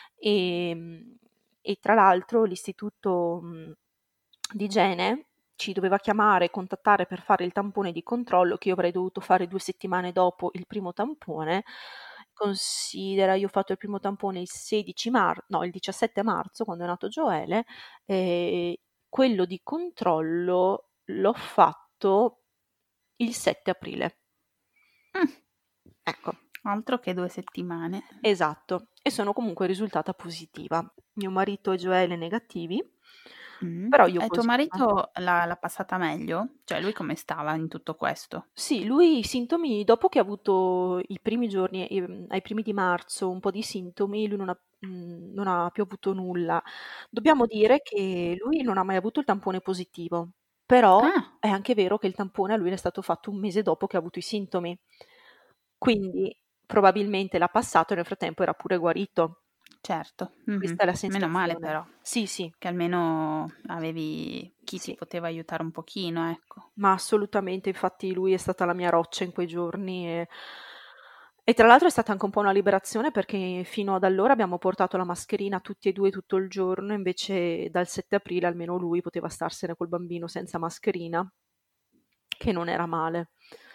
E, e tra l'altro l'istituto mh, di igiene ci doveva chiamare, contattare per fare il tampone di controllo che io avrei dovuto fare due settimane dopo il primo tampone. Considera, io ho fatto il primo tampone il sedici marzo, no, il diciassette marzo, quando è nato Gioele, e quello di controllo l'ho fatto il sette aprile. Mm, Ecco, altro che due settimane. esatto. E sono comunque risultata positiva. Mio marito e Gioele negativi, Mm. però io E tuo positiva. marito l'ha, l'ha passata meglio? Cioè lui come stava in tutto questo? Sì, lui i sintomi, dopo che ha avuto i primi giorni, ehm, ai primi di marzo, un po' di sintomi, lui non ha, mm, non ha più avuto nulla. Dobbiamo dire che lui non ha mai avuto il tampone positivo, però Ah, è anche vero che il tampone a lui è stato fatto un mese dopo che ha avuto i sintomi. Quindi probabilmente l'ha passato e nel frattempo era pure guarito. certo. Mhm. Questa è la Meno male sensazione. però, Sì, sì, che almeno avevi chi ti sì. poteva aiutare un pochino, ecco. Ma assolutamente, infatti lui è stata la mia roccia in quei giorni e, e tra l'altro è stata anche un po' una liberazione perché fino ad allora abbiamo portato la mascherina tutti e due tutto il giorno, invece dal sette aprile almeno lui poteva starsene col bambino senza mascherina, che non era male.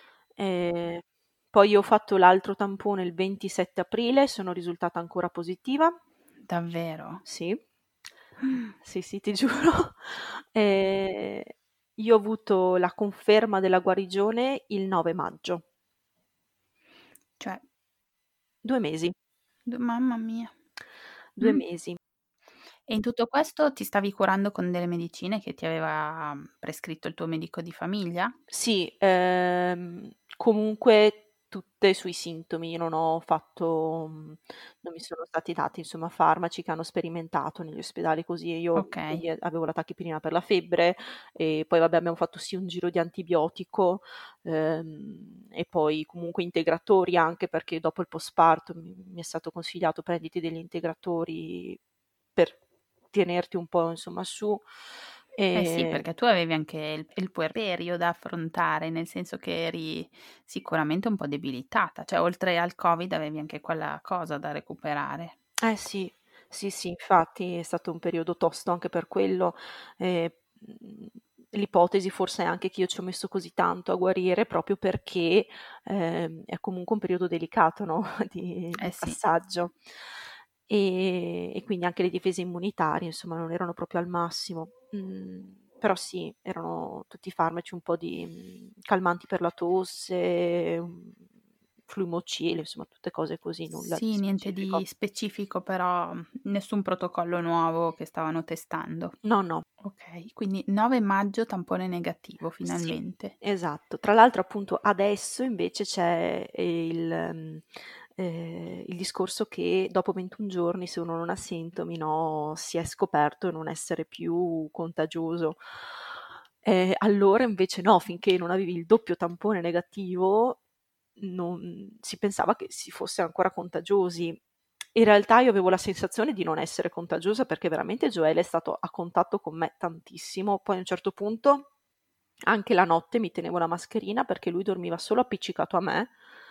E poi io ho fatto l'altro tampone il ventisette aprile, sono risultata ancora positiva. Davvero? Sì, sì, sì, ti giuro. E io ho avuto la conferma della guarigione il nove maggio, Cioè, due mesi, d- mamma mia. due Mm. mesi. E in tutto questo ti stavi curando con delle medicine che ti aveva mm, prescritto il tuo medico di famiglia? Sì, ehm, comunque tutte sui sintomi, io non ho fatto, mh, non mi sono stati dati insomma farmaci che hanno sperimentato negli ospedali così, e io Ok. quindi avevo la tachipirina per la febbre e poi vabbè abbiamo fatto sì un giro di antibiotico, ehm, e poi comunque integratori anche perché dopo il postparto mi, mi è stato consigliato prenditi degli integratori per tenerti un po' insomma su. Eh sì, E perché tu avevi anche il, il puerperio da affrontare, nel senso che eri sicuramente un po' debilitata, cioè oltre al Covid avevi anche quella cosa da recuperare. Eh sì, sì, sì, infatti è stato un periodo tosto anche per quello. eh, mh, L'ipotesi forse è anche che io ci ho messo così tanto a guarire proprio perché ehm, è comunque un periodo delicato, no? di, Eh di sì, passaggio. E, e quindi anche le difese immunitarie, insomma, non erano proprio al massimo. Mm, però sì, erano tutti farmaci un po' di mm, calmanti per la tosse, mm, fluimocile, insomma, tutte cose così, nulla di sì, niente specifico. di specifico, però mm, nessun protocollo nuovo che stavano testando. No, no, Ok, quindi nove maggio tampone negativo sì, finalmente. esatto. Tra l'altro appunto adesso invece c'è il, ehm, eh, il discorso che dopo ventuno giorni se uno non ha sintomi, no, si è scoperto non essere più contagioso. Eh, allora invece no, finché non avevi il doppio tampone negativo, non, si pensava che si fosse ancora contagiosi. In realtà io avevo la sensazione di non essere contagiosa perché veramente Joele è stato a contatto con me tantissimo, poi a un certo punto anche la notte mi tenevo la mascherina perché lui dormiva solo appiccicato a me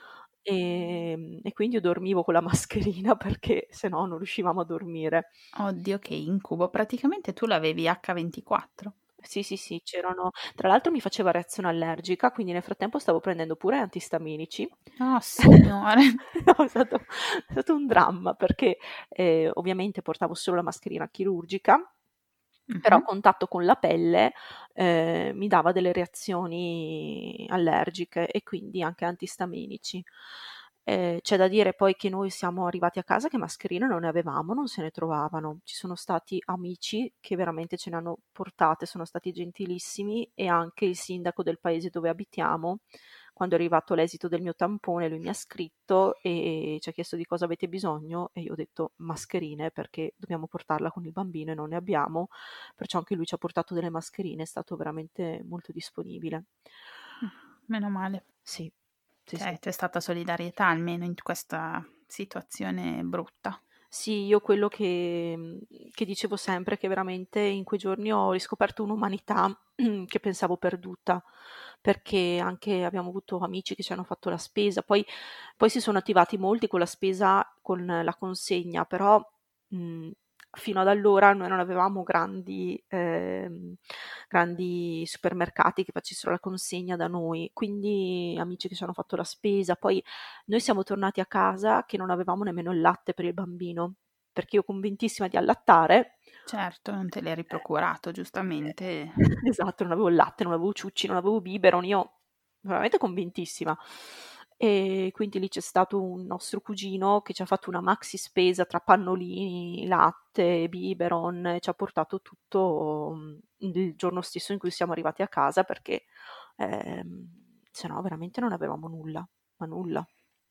e, e quindi io dormivo con la mascherina perché se no non riuscivamo a dormire. Oddio, che incubo, praticamente tu l'avevi acca ventiquattro. Sì, sì, sì, c'erano tra l'altro mi faceva reazione allergica, quindi nel frattempo stavo prendendo pure antistaminici. Oh signore. No, è stato è stato un dramma perché, ehm, ovviamente portavo solo la mascherina chirurgica, però a Mh-mh. contatto con la pelle, ehm, mi dava delle reazioni allergiche e quindi anche antistaminici. Ehm, c'è da dire poi che noi siamo arrivati a casa che mascherine non ne avevamo, non se ne trovavano. Ci sono stati amici che veramente ce ne hanno portate, sono stati gentilissimi e anche il sindaco del paese dove abitiamo, quando è arrivato l'esito del mio tampone, lui mi ha scritto e ci ha chiesto di cosa avete bisogno e io ho detto mascherine perché dobbiamo portarla con il bambino e non ne abbiamo, perciò anche lui ci ha portato delle mascherine, è stato veramente molto disponibile. Mh, meno male. Sì, sì, Cioè, sì. c'è stata solidarietà almeno in questa situazione brutta. Sì, io quello che, mhmm, che dicevo sempre, che veramente in quei giorni ho riscoperto un'umanità che pensavo perduta, perché anche abbiamo avuto amici che ci hanno fatto la spesa, poi poi si sono attivati molti con la spesa con la consegna, però, mhmm, fino ad allora noi non avevamo grandi ehm, grandi supermercati che facessero la consegna da noi, quindi amici che ci hanno fatto la spesa. Poi noi siamo tornati a casa che non avevamo nemmeno il latte per il bambino, perché io convintissima di allattare Certo, non te l'eri procurato, giustamente. esatto, non avevo il latte, non avevo ciucci, non avevo biberon, io veramente convintissima. E quindi lì c'è stato un nostro cugino che ci ha fatto una maxi spesa tra pannolini, latte, biberon e ci ha portato tutto, mhmm, il giorno stesso in cui siamo arrivati a casa perché, ehm, se no veramente non avevamo nulla, ma nulla.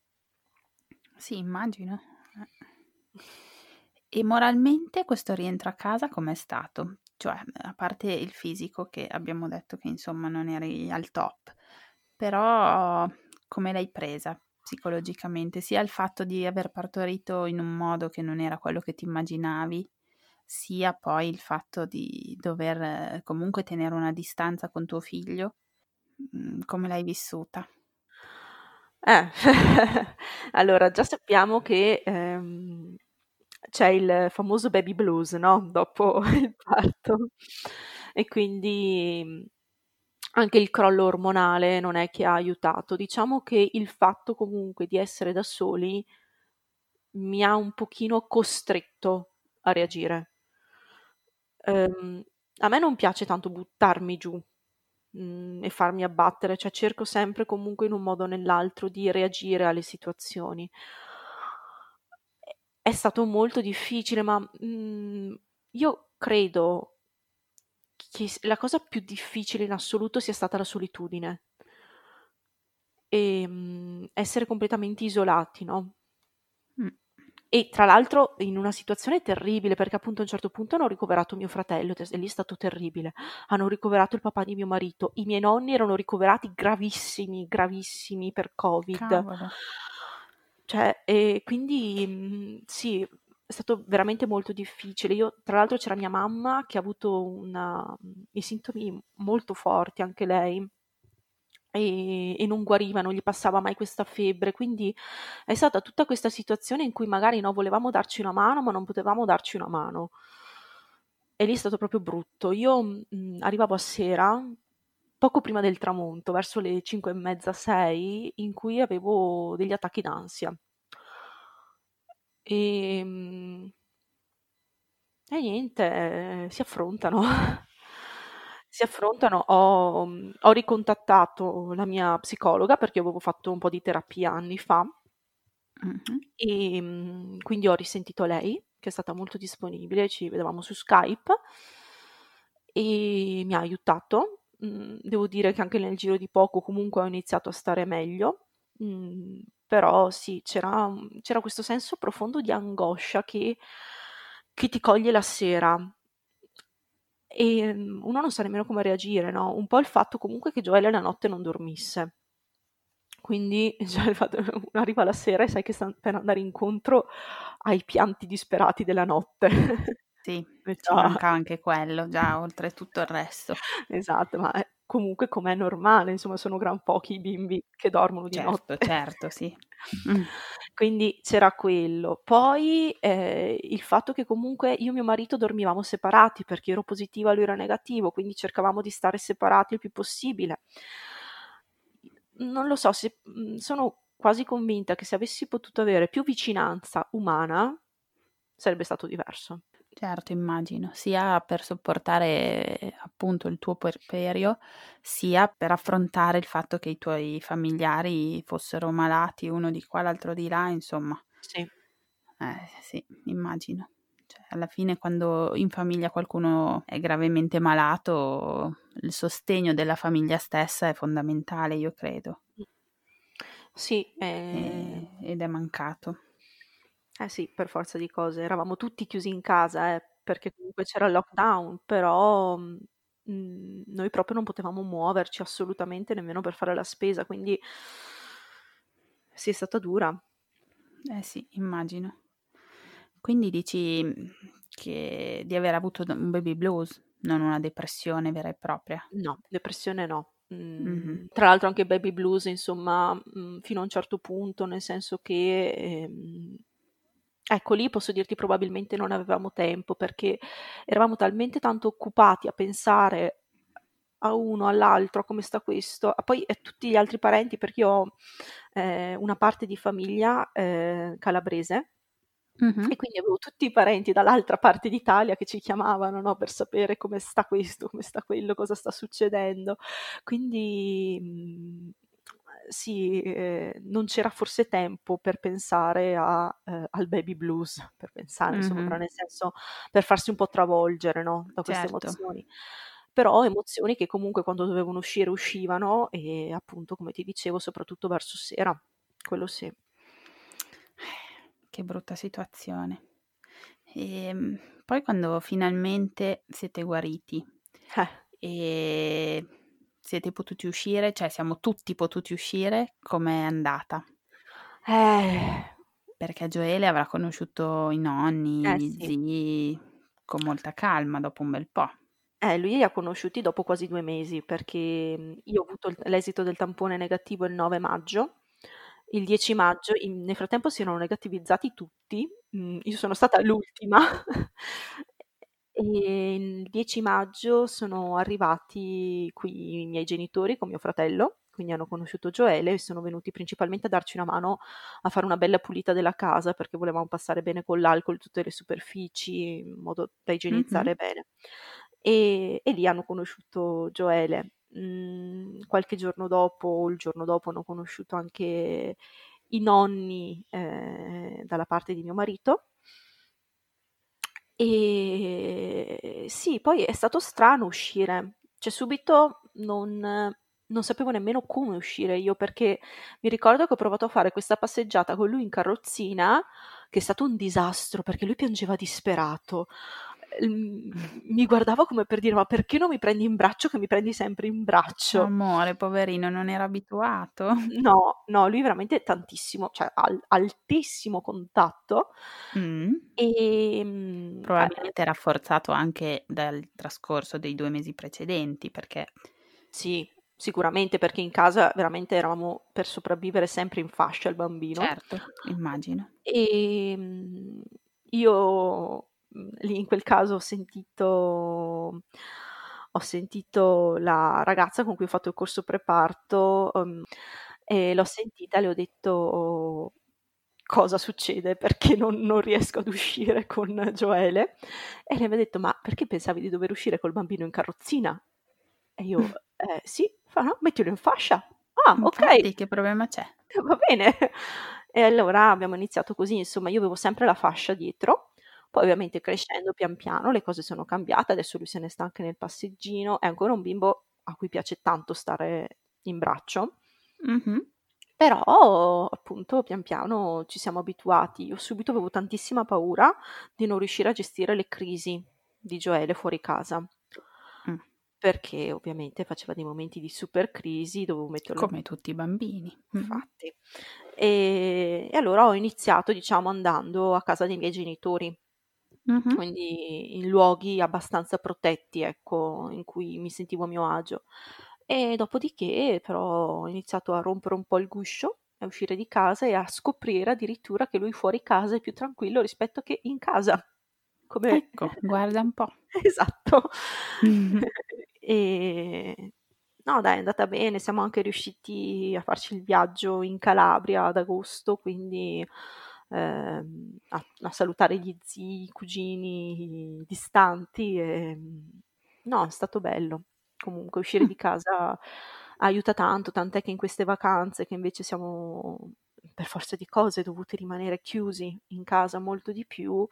Sì, immagino. Eh. E moralmente questo rientro a casa com'è stato? Cioè, a parte il fisico che abbiamo detto che insomma non eri al top, però come l'hai presa psicologicamente? Sia il fatto di aver partorito in un modo che non era quello che ti immaginavi, sia poi il fatto di dover eh, comunque tenere una distanza con tuo figlio. Mm, come l'hai vissuta? Eh, allora già sappiamo che, ehm, c'è il famoso baby blues, no, dopo il parto e quindi, mhmm, anche il crollo ormonale non è che ha aiutato. Diciamo che il fatto comunque di essere da soli mi ha un pochino costretto a reagire. Ehm, a me non piace tanto buttarmi giù, mhmm, e farmi abbattere, cioè cerco sempre comunque in un modo o nell'altro di reagire alle situazioni. È è stato molto difficile, ma, mhmm, io credo che s la cosa più difficile in assoluto sia stata la solitudine. Ehm, essere completamente isolati, no? Mm. E tra l'altro in una situazione terribile, perché appunto a un certo punto hanno ricoverato mio fratello tes e lì è stato terribile. Hanno ricoverato il papà di mio marito. I miei nonni erano ricoverati gravissimi, gravissimi per Covid. Cavolo. Cioè, e quindi, mhmm, sì, è stato veramente molto difficile. Io tra l'altro c'era mia mamma che ha avuto una mhmm, i sintomi molto forti anche lei. E e non guariva, non gli passava mai questa febbre, quindi è stata tutta questa situazione in cui magari, no, volevamo darci una mano, ma non potevamo darci una mano. E lì è stato proprio brutto. Io, mhmm, arrivavo a sera, poco prima del tramonto, verso le cinque e mezza, sei, in cui avevo degli attacchi d'ansia. Ehm E niente, ehm, si affrontano. Si affrontano. Ho mhmm, ho ricontattato la mia psicologa perché avevo fatto un po' di terapia anni fa, Mhm. ehm, quindi ho risentito lei, che è stata molto disponibile, ci vedevamo su Skype e mi ha aiutato. Mhmm, devo dire che anche nel giro di poco comunque ho iniziato a stare meglio, mhmm, però sì, c'era mhmm, c'era questo senso profondo di angoscia che che ti coglie la sera. Ehm, uno non sa nemmeno come reagire, no, un po' il fatto comunque che Joele la notte non dormisse. Quindi già il fatto uno arriva la sera e sai che sta per andare incontro ai pianti disperati della notte. Sì, E ci già manca anche quello, già oltre tutto il resto. esatto, ma, ehm, comunque com'è normale, insomma sono gran pochi i bimbi che dormono di notte. Certo, certo, sì. Mh. Quindi c'era quello. Poi eh, il fatto che comunque io e mio marito dormivamo separati perché io ero positiva, lui era negativo, quindi cercavamo di stare separati il più possibile. Non lo so, se, mh, sono quasi convinta che se avessi potuto avere più vicinanza umana sarebbe stato diverso. Certo, immagino, sia per sopportare appunto il tuo puerperio, sia per affrontare il fatto che i tuoi familiari fossero malati, uno di qua, l'altro di là, insomma. Sì. Eh, sì, immagino. Cioè, alla fine quando in famiglia qualcuno è gravemente malato, il sostegno della famiglia stessa è fondamentale, io credo. Sì, eh... E, ed è mancato. Eh sì, per forza di cose. Eravamo tutti chiusi in casa, eh, perché comunque c'era il lockdown, però mh, noi proprio non potevamo muoverci assolutamente nemmeno per fare la spesa, quindi sì, è stata dura. Eh sì, immagino. Quindi dici che di aver avuto un baby blues, non una depressione vera e propria? No, depressione no. Mm, Mhm. Tra l'altro anche baby blues, insomma, mm, fino a un certo punto, nel senso che, ehm, ecco, lì posso dirti probabilmente non avevamo tempo perché eravamo talmente tanto occupati a pensare a uno, all'altro, a come sta questo, a poi a tutti gli altri parenti, perché io ho eh, una parte di famiglia eh, calabrese Mhm. e quindi avevo tutti i parenti dall'altra parte d'Italia che ci chiamavano, no, per sapere come sta questo, come sta quello, cosa sta succedendo. Quindi mh, sì, eh, non c'era forse tempo per pensare a, eh, al baby blues, per pensare, insomma, però Mhm. nel senso per farsi un po' travolgere, no, da queste Certo. emozioni. Però emozioni che comunque quando dovevano uscire uscivano e appunto, come ti dicevo, soprattutto verso sera, quello sì. Che brutta situazione. E poi quando finalmente siete guariti Eh. e siete potuti uscire, cioè siamo tutti potuti uscire, com'è andata? Eh, Perché Gioele avrà conosciuto i nonni, eh gli sì. zii con molta calma dopo un bel po'. Eh, lui li ha conosciuti dopo quasi due mesi, perché, mhmm, io ho avuto il l'esito del tampone negativo il nove maggio, il dieci maggio in nel frattempo si erano negativizzati tutti, mhmm, io sono stata l'ultima e il dieci maggio sono arrivati qui i miei genitori con mio fratello, quindi hanno conosciuto Gioele e sono venuti principalmente a darci una mano a fare una bella pulita della casa, perché volevamo passare bene con l'alcol tutte le superfici, in modo da Mhm. igienizzare bene. E, e lì hanno conosciuto Gioele. Mm, qualche giorno dopo, o il giorno dopo, hanno conosciuto anche i nonni eh, dalla parte di mio marito. E sì, poi è stato strano uscire, cioè subito non, non sapevo nemmeno come uscire io, perché mi ricordo che ho provato a fare questa passeggiata con lui in carrozzina, che è stato un disastro, perché lui piangeva disperato. Ehm, Mi guardava come per dire: ma perché non mi prendi in braccio, che mi prendi sempre in braccio? Amore, poverino, non era abituato. No, no, lui veramente tantissimo, cioè al- altissimo contatto. Mm. E Probabilmente rafforzato anche dal trascorso dei due mesi precedenti, perché sì, sicuramente, perché in casa veramente eravamo per sopravvivere sempre in fascia il bambino. certo, immagino. E io mh, lì in quel caso ho sentito, ho sentito la ragazza con cui ho fatto il corso preparto, um, e l'ho sentita e le ho detto cosa succede, perché non, non riesco ad uscire con Gioele. E lei mi ha detto: ma perché pensavi di dover uscire col bambino in carrozzina? E io, eh, sì, fa, no, mettilo in fascia. Ah, ok, Infatti, che problema c'è? va bene. E allora abbiamo iniziato così, insomma, io avevo sempre la fascia dietro, poi ovviamente crescendo pian piano le cose sono cambiate, adesso lui se ne sta anche nel passeggino, è ancora un bimbo a cui piace tanto stare in braccio, Mhm. però appunto pian piano ci siamo abituati. Io subito avevo tantissima paura di non riuscire a gestire le crisi di Gioele fuori casa, Mm. perché ovviamente faceva dei momenti di super crisi, dovevo metterlo in Come tutti i bambini. Mhm. infatti. E, e allora ho iniziato, diciamo, andando a casa dei miei genitori, Mhm. quindi in luoghi abbastanza protetti, ecco, in cui mi sentivo a mio agio. E dopodiché però ho iniziato a rompere un po' il guscio è uscire di casa e a scoprire addirittura che lui fuori casa è più tranquillo rispetto che in casa. Come... Ecco, guarda un po'. Esatto. E no, dai, è andata bene, siamo anche riusciti a farci il viaggio in Calabria ad agosto, quindi ehm, a, a salutare gli zii, i cugini distanti. E, no, è stato bello. Comunque uscire di casa aiuta tanto, tant'è che in queste vacanze, che invece siamo per forza di cose dovuti rimanere chiusi in casa molto di più,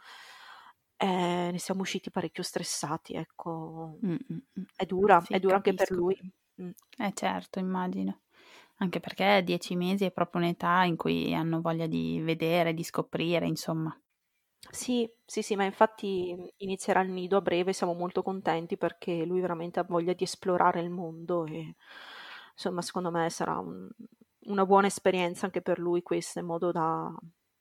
eh, ne siamo usciti parecchio stressati, ecco. Mm, mm, mm. È dura, Sì, è dura anche per capisco. lui. Mm. Eh certo, immagino. Anche perché dieci mesi è proprio un'età in cui hanno voglia di vedere, di scoprire, insomma. Sì, sì, sì, ma infatti inizierà il nido a breve, siamo molto contenti perché lui veramente ha voglia di esplorare il mondo e insomma secondo me sarà un- una buona esperienza anche per lui questa, in modo da,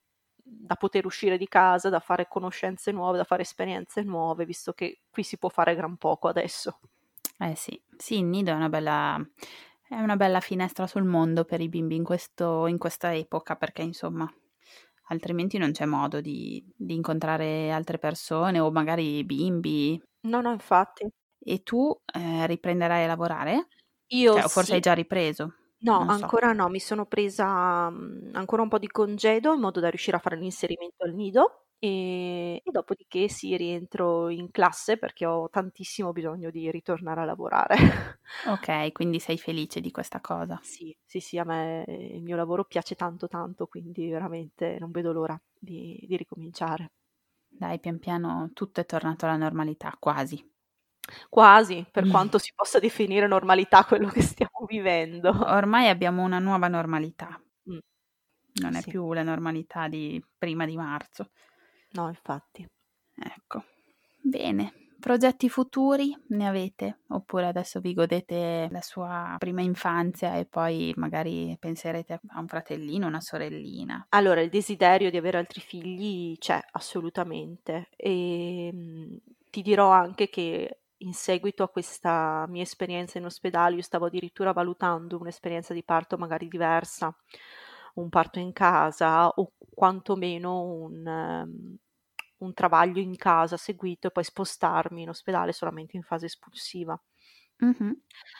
da poter uscire di casa, da fare conoscenze nuove, da fare esperienze nuove, visto che qui si può fare gran poco adesso. Eh sì, sì, il nido è una bella, è una bella finestra sul mondo per i bimbi in questo, in questa epoca, perché insomma, altrimenti non c'è modo di, di incontrare altre persone o magari bimbi. No, no, infatti. E tu eh, riprenderai a lavorare? Io Cioè, o forse sì. hai già ripreso? No, Non so. ancora no, mi sono presa mh, ancora un po' di congedo in modo da riuscire a fare l'inserimento al nido e, e dopodiché sì, rientro in classe perché ho tantissimo bisogno di ritornare a lavorare. Ok, quindi sei felice di questa cosa. Sì, sì, sì, a me il mio lavoro piace tanto tanto, quindi veramente non vedo l'ora di, di ricominciare. Dai, pian piano tutto è tornato alla normalità, quasi. Quasi, per quanto si possa definire normalità quello che stiamo vivendo. Ormai abbiamo una nuova normalità, Mm, non è sì, più la normalità di prima di marzo. no, infatti. Ecco, bene. Progetti futuri ne avete? Oppure adesso vi godete la sua prima infanzia e poi magari penserete a un fratellino, una sorellina? Allora, il desiderio di avere altri figli c'è assolutamente e mh, ti dirò anche che in seguito a questa mia esperienza in ospedale, io stavo addirittura valutando un'esperienza di parto magari diversa, un parto in casa o quantomeno un, ehm, un travaglio in casa seguito e poi spostarmi in ospedale solamente in fase espulsiva. Mhm.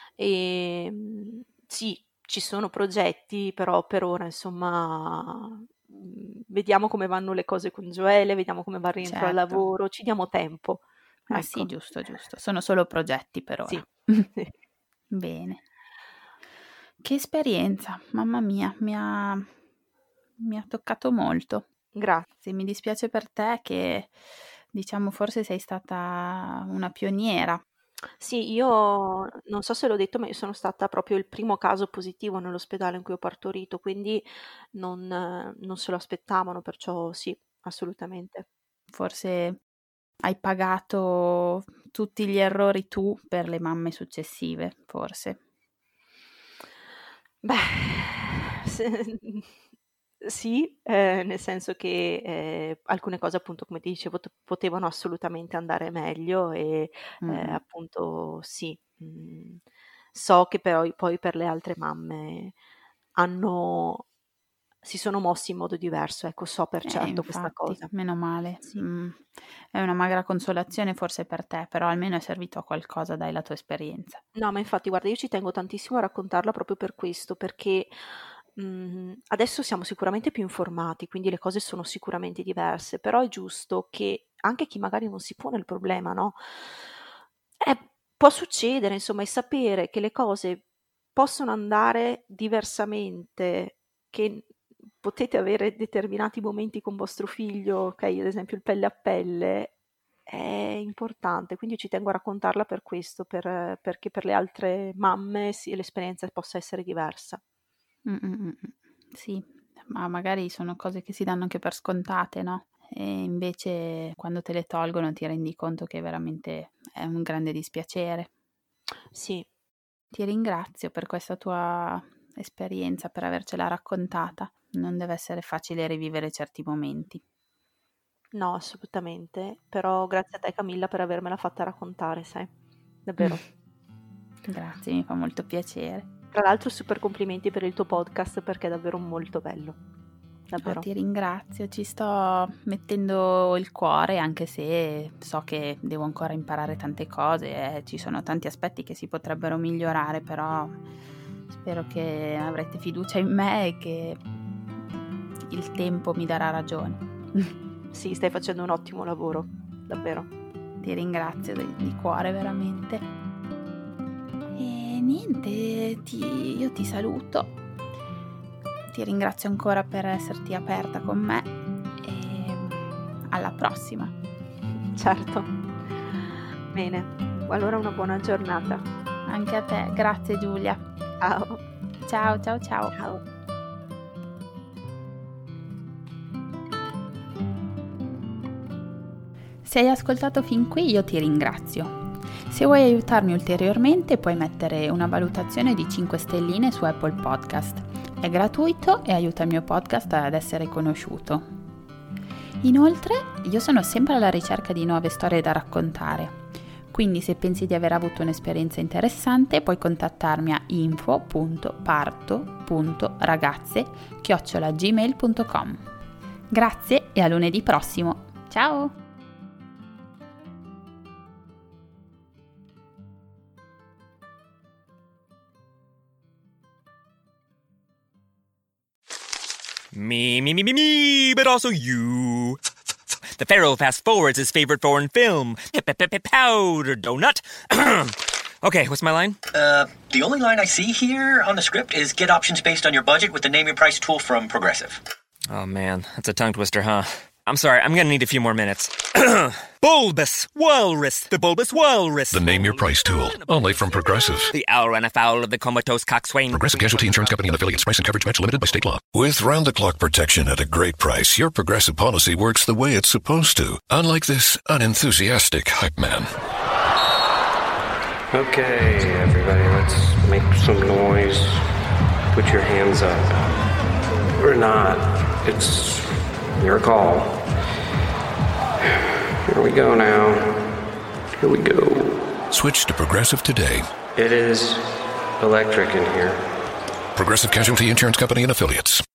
E, mh, sì, ci sono progetti, però per ora, insomma, mh, vediamo come vanno le cose con Gioele, vediamo come va il rientro al Certo. lavoro, ci diamo tempo. Ma sì, Ecco, giusto, giusto. Sono solo progetti per sì. ora. Bene. Che esperienza, mamma mia, mi ha, mi ha toccato molto. Grazie. Sì, mi dispiace per te che, diciamo, forse sei stata una pioniera. Sì, io non so se l'ho detto, ma io sono stata proprio il primo caso positivo nell'ospedale in cui ho partorito, quindi non, eh, non se lo aspettavano, perciò sì, assolutamente. Forse hai pagato tutti gli errori tu per le mamme successive, forse. Beh, se- sì, eh, nel senso che eh, alcune cose, appunto, come ti dicevo, t- potevano assolutamente andare meglio e eh, Mm-mm. appunto sì, mm, so che però poi per le altre mamme hanno, si sono mossi in modo diverso, ecco, so per Eh, certo questa infatti, cosa. meno male. Sì. Mm. È una magra consolazione forse per te, però almeno è servito a qualcosa, dai, la tua esperienza. No, ma infatti, guarda, io ci tengo tantissimo a raccontarla proprio per questo, perché mh, adesso siamo sicuramente più informati, quindi le cose sono sicuramente diverse, però è giusto che anche chi magari non si pone il problema, no? Eh, può succedere, insomma, e sapere che le cose possono andare diversamente, che potete avere determinati momenti con vostro figlio, ok, ad esempio il pelle a pelle, è importante, quindi ci tengo a raccontarla per questo, per- perché per le altre mamme sì, l'esperienza possa essere diversa. Mm, mm, mm, mm. Sì, ma magari sono cose che si danno anche per scontate, no? E invece quando te le tolgono ti rendi conto che veramente è un grande dispiacere. Sì, Ti ringrazio per questa tua esperienza, per avercela raccontata. Non deve essere facile rivivere certi momenti. no, assolutamente, però grazie a te Camilla per avermela fatta raccontare, sai, davvero. Grazie, mi fa molto piacere. Tra l'altro super complimenti per il tuo podcast perché è davvero molto bello. Davvero. Oh, ti ringrazio, ci sto mettendo il cuore, anche se so che devo ancora imparare tante cose, eh, ci sono tanti aspetti che si potrebbero migliorare, però spero che avrete fiducia in me e che il tempo mi darà ragione. Sì, stai facendo un ottimo lavoro, davvero. Ti ringrazio di, di cuore, veramente. E niente, ti, io ti saluto. Ti ringrazio ancora per esserti aperta con me e alla prossima. Certo. Bene, allora una buona giornata. Anche a te, grazie Giulia. Ciao. Ciao, ciao, ciao. Ciao. Se hai ascoltato fin qui io ti ringrazio. Se vuoi aiutarmi ulteriormente puoi mettere una valutazione di cinque stelline su Apple Podcast. È gratuito e aiuta il mio podcast ad essere conosciuto. Inoltre, io sono sempre alla ricerca di nuove storie da raccontare. Quindi se pensi di aver avuto un'esperienza interessante puoi contattarmi a info punto parto punto ragazze chiocciola gmail punto com. Grazie e a lunedì prossimo. Ciao! Me, me, me, me, me, but also you. The Pharaoh fast forwards his favorite foreign film, Powder Donut. Okay, what's my line? Uh, the only line I see here on the script is get options based on your budget with the Name Your Price tool from Progressive. Oh man, that's a tongue twister, huh? I'm sorry, I'm gonna need a few more minutes. Bulbous Walrus, the Bulbous Walrus. The Name Your Price tool, only from Progressive. The owl ran afoul of the comatose coxswain. Progressive Casualty Insurance Company and affiliates. Price and coverage match limited by state law. With round-the-clock protection at a great price, your Progressive policy works the way it's supposed to. Unlike this unenthusiastic hype man. Okay, everybody, let's make some noise. Put your hands up. Or not. It's your call. Here we go now. Here we go. Switch to Progressive today. It is electric in here. Progressive Casualty Insurance Company and affiliates.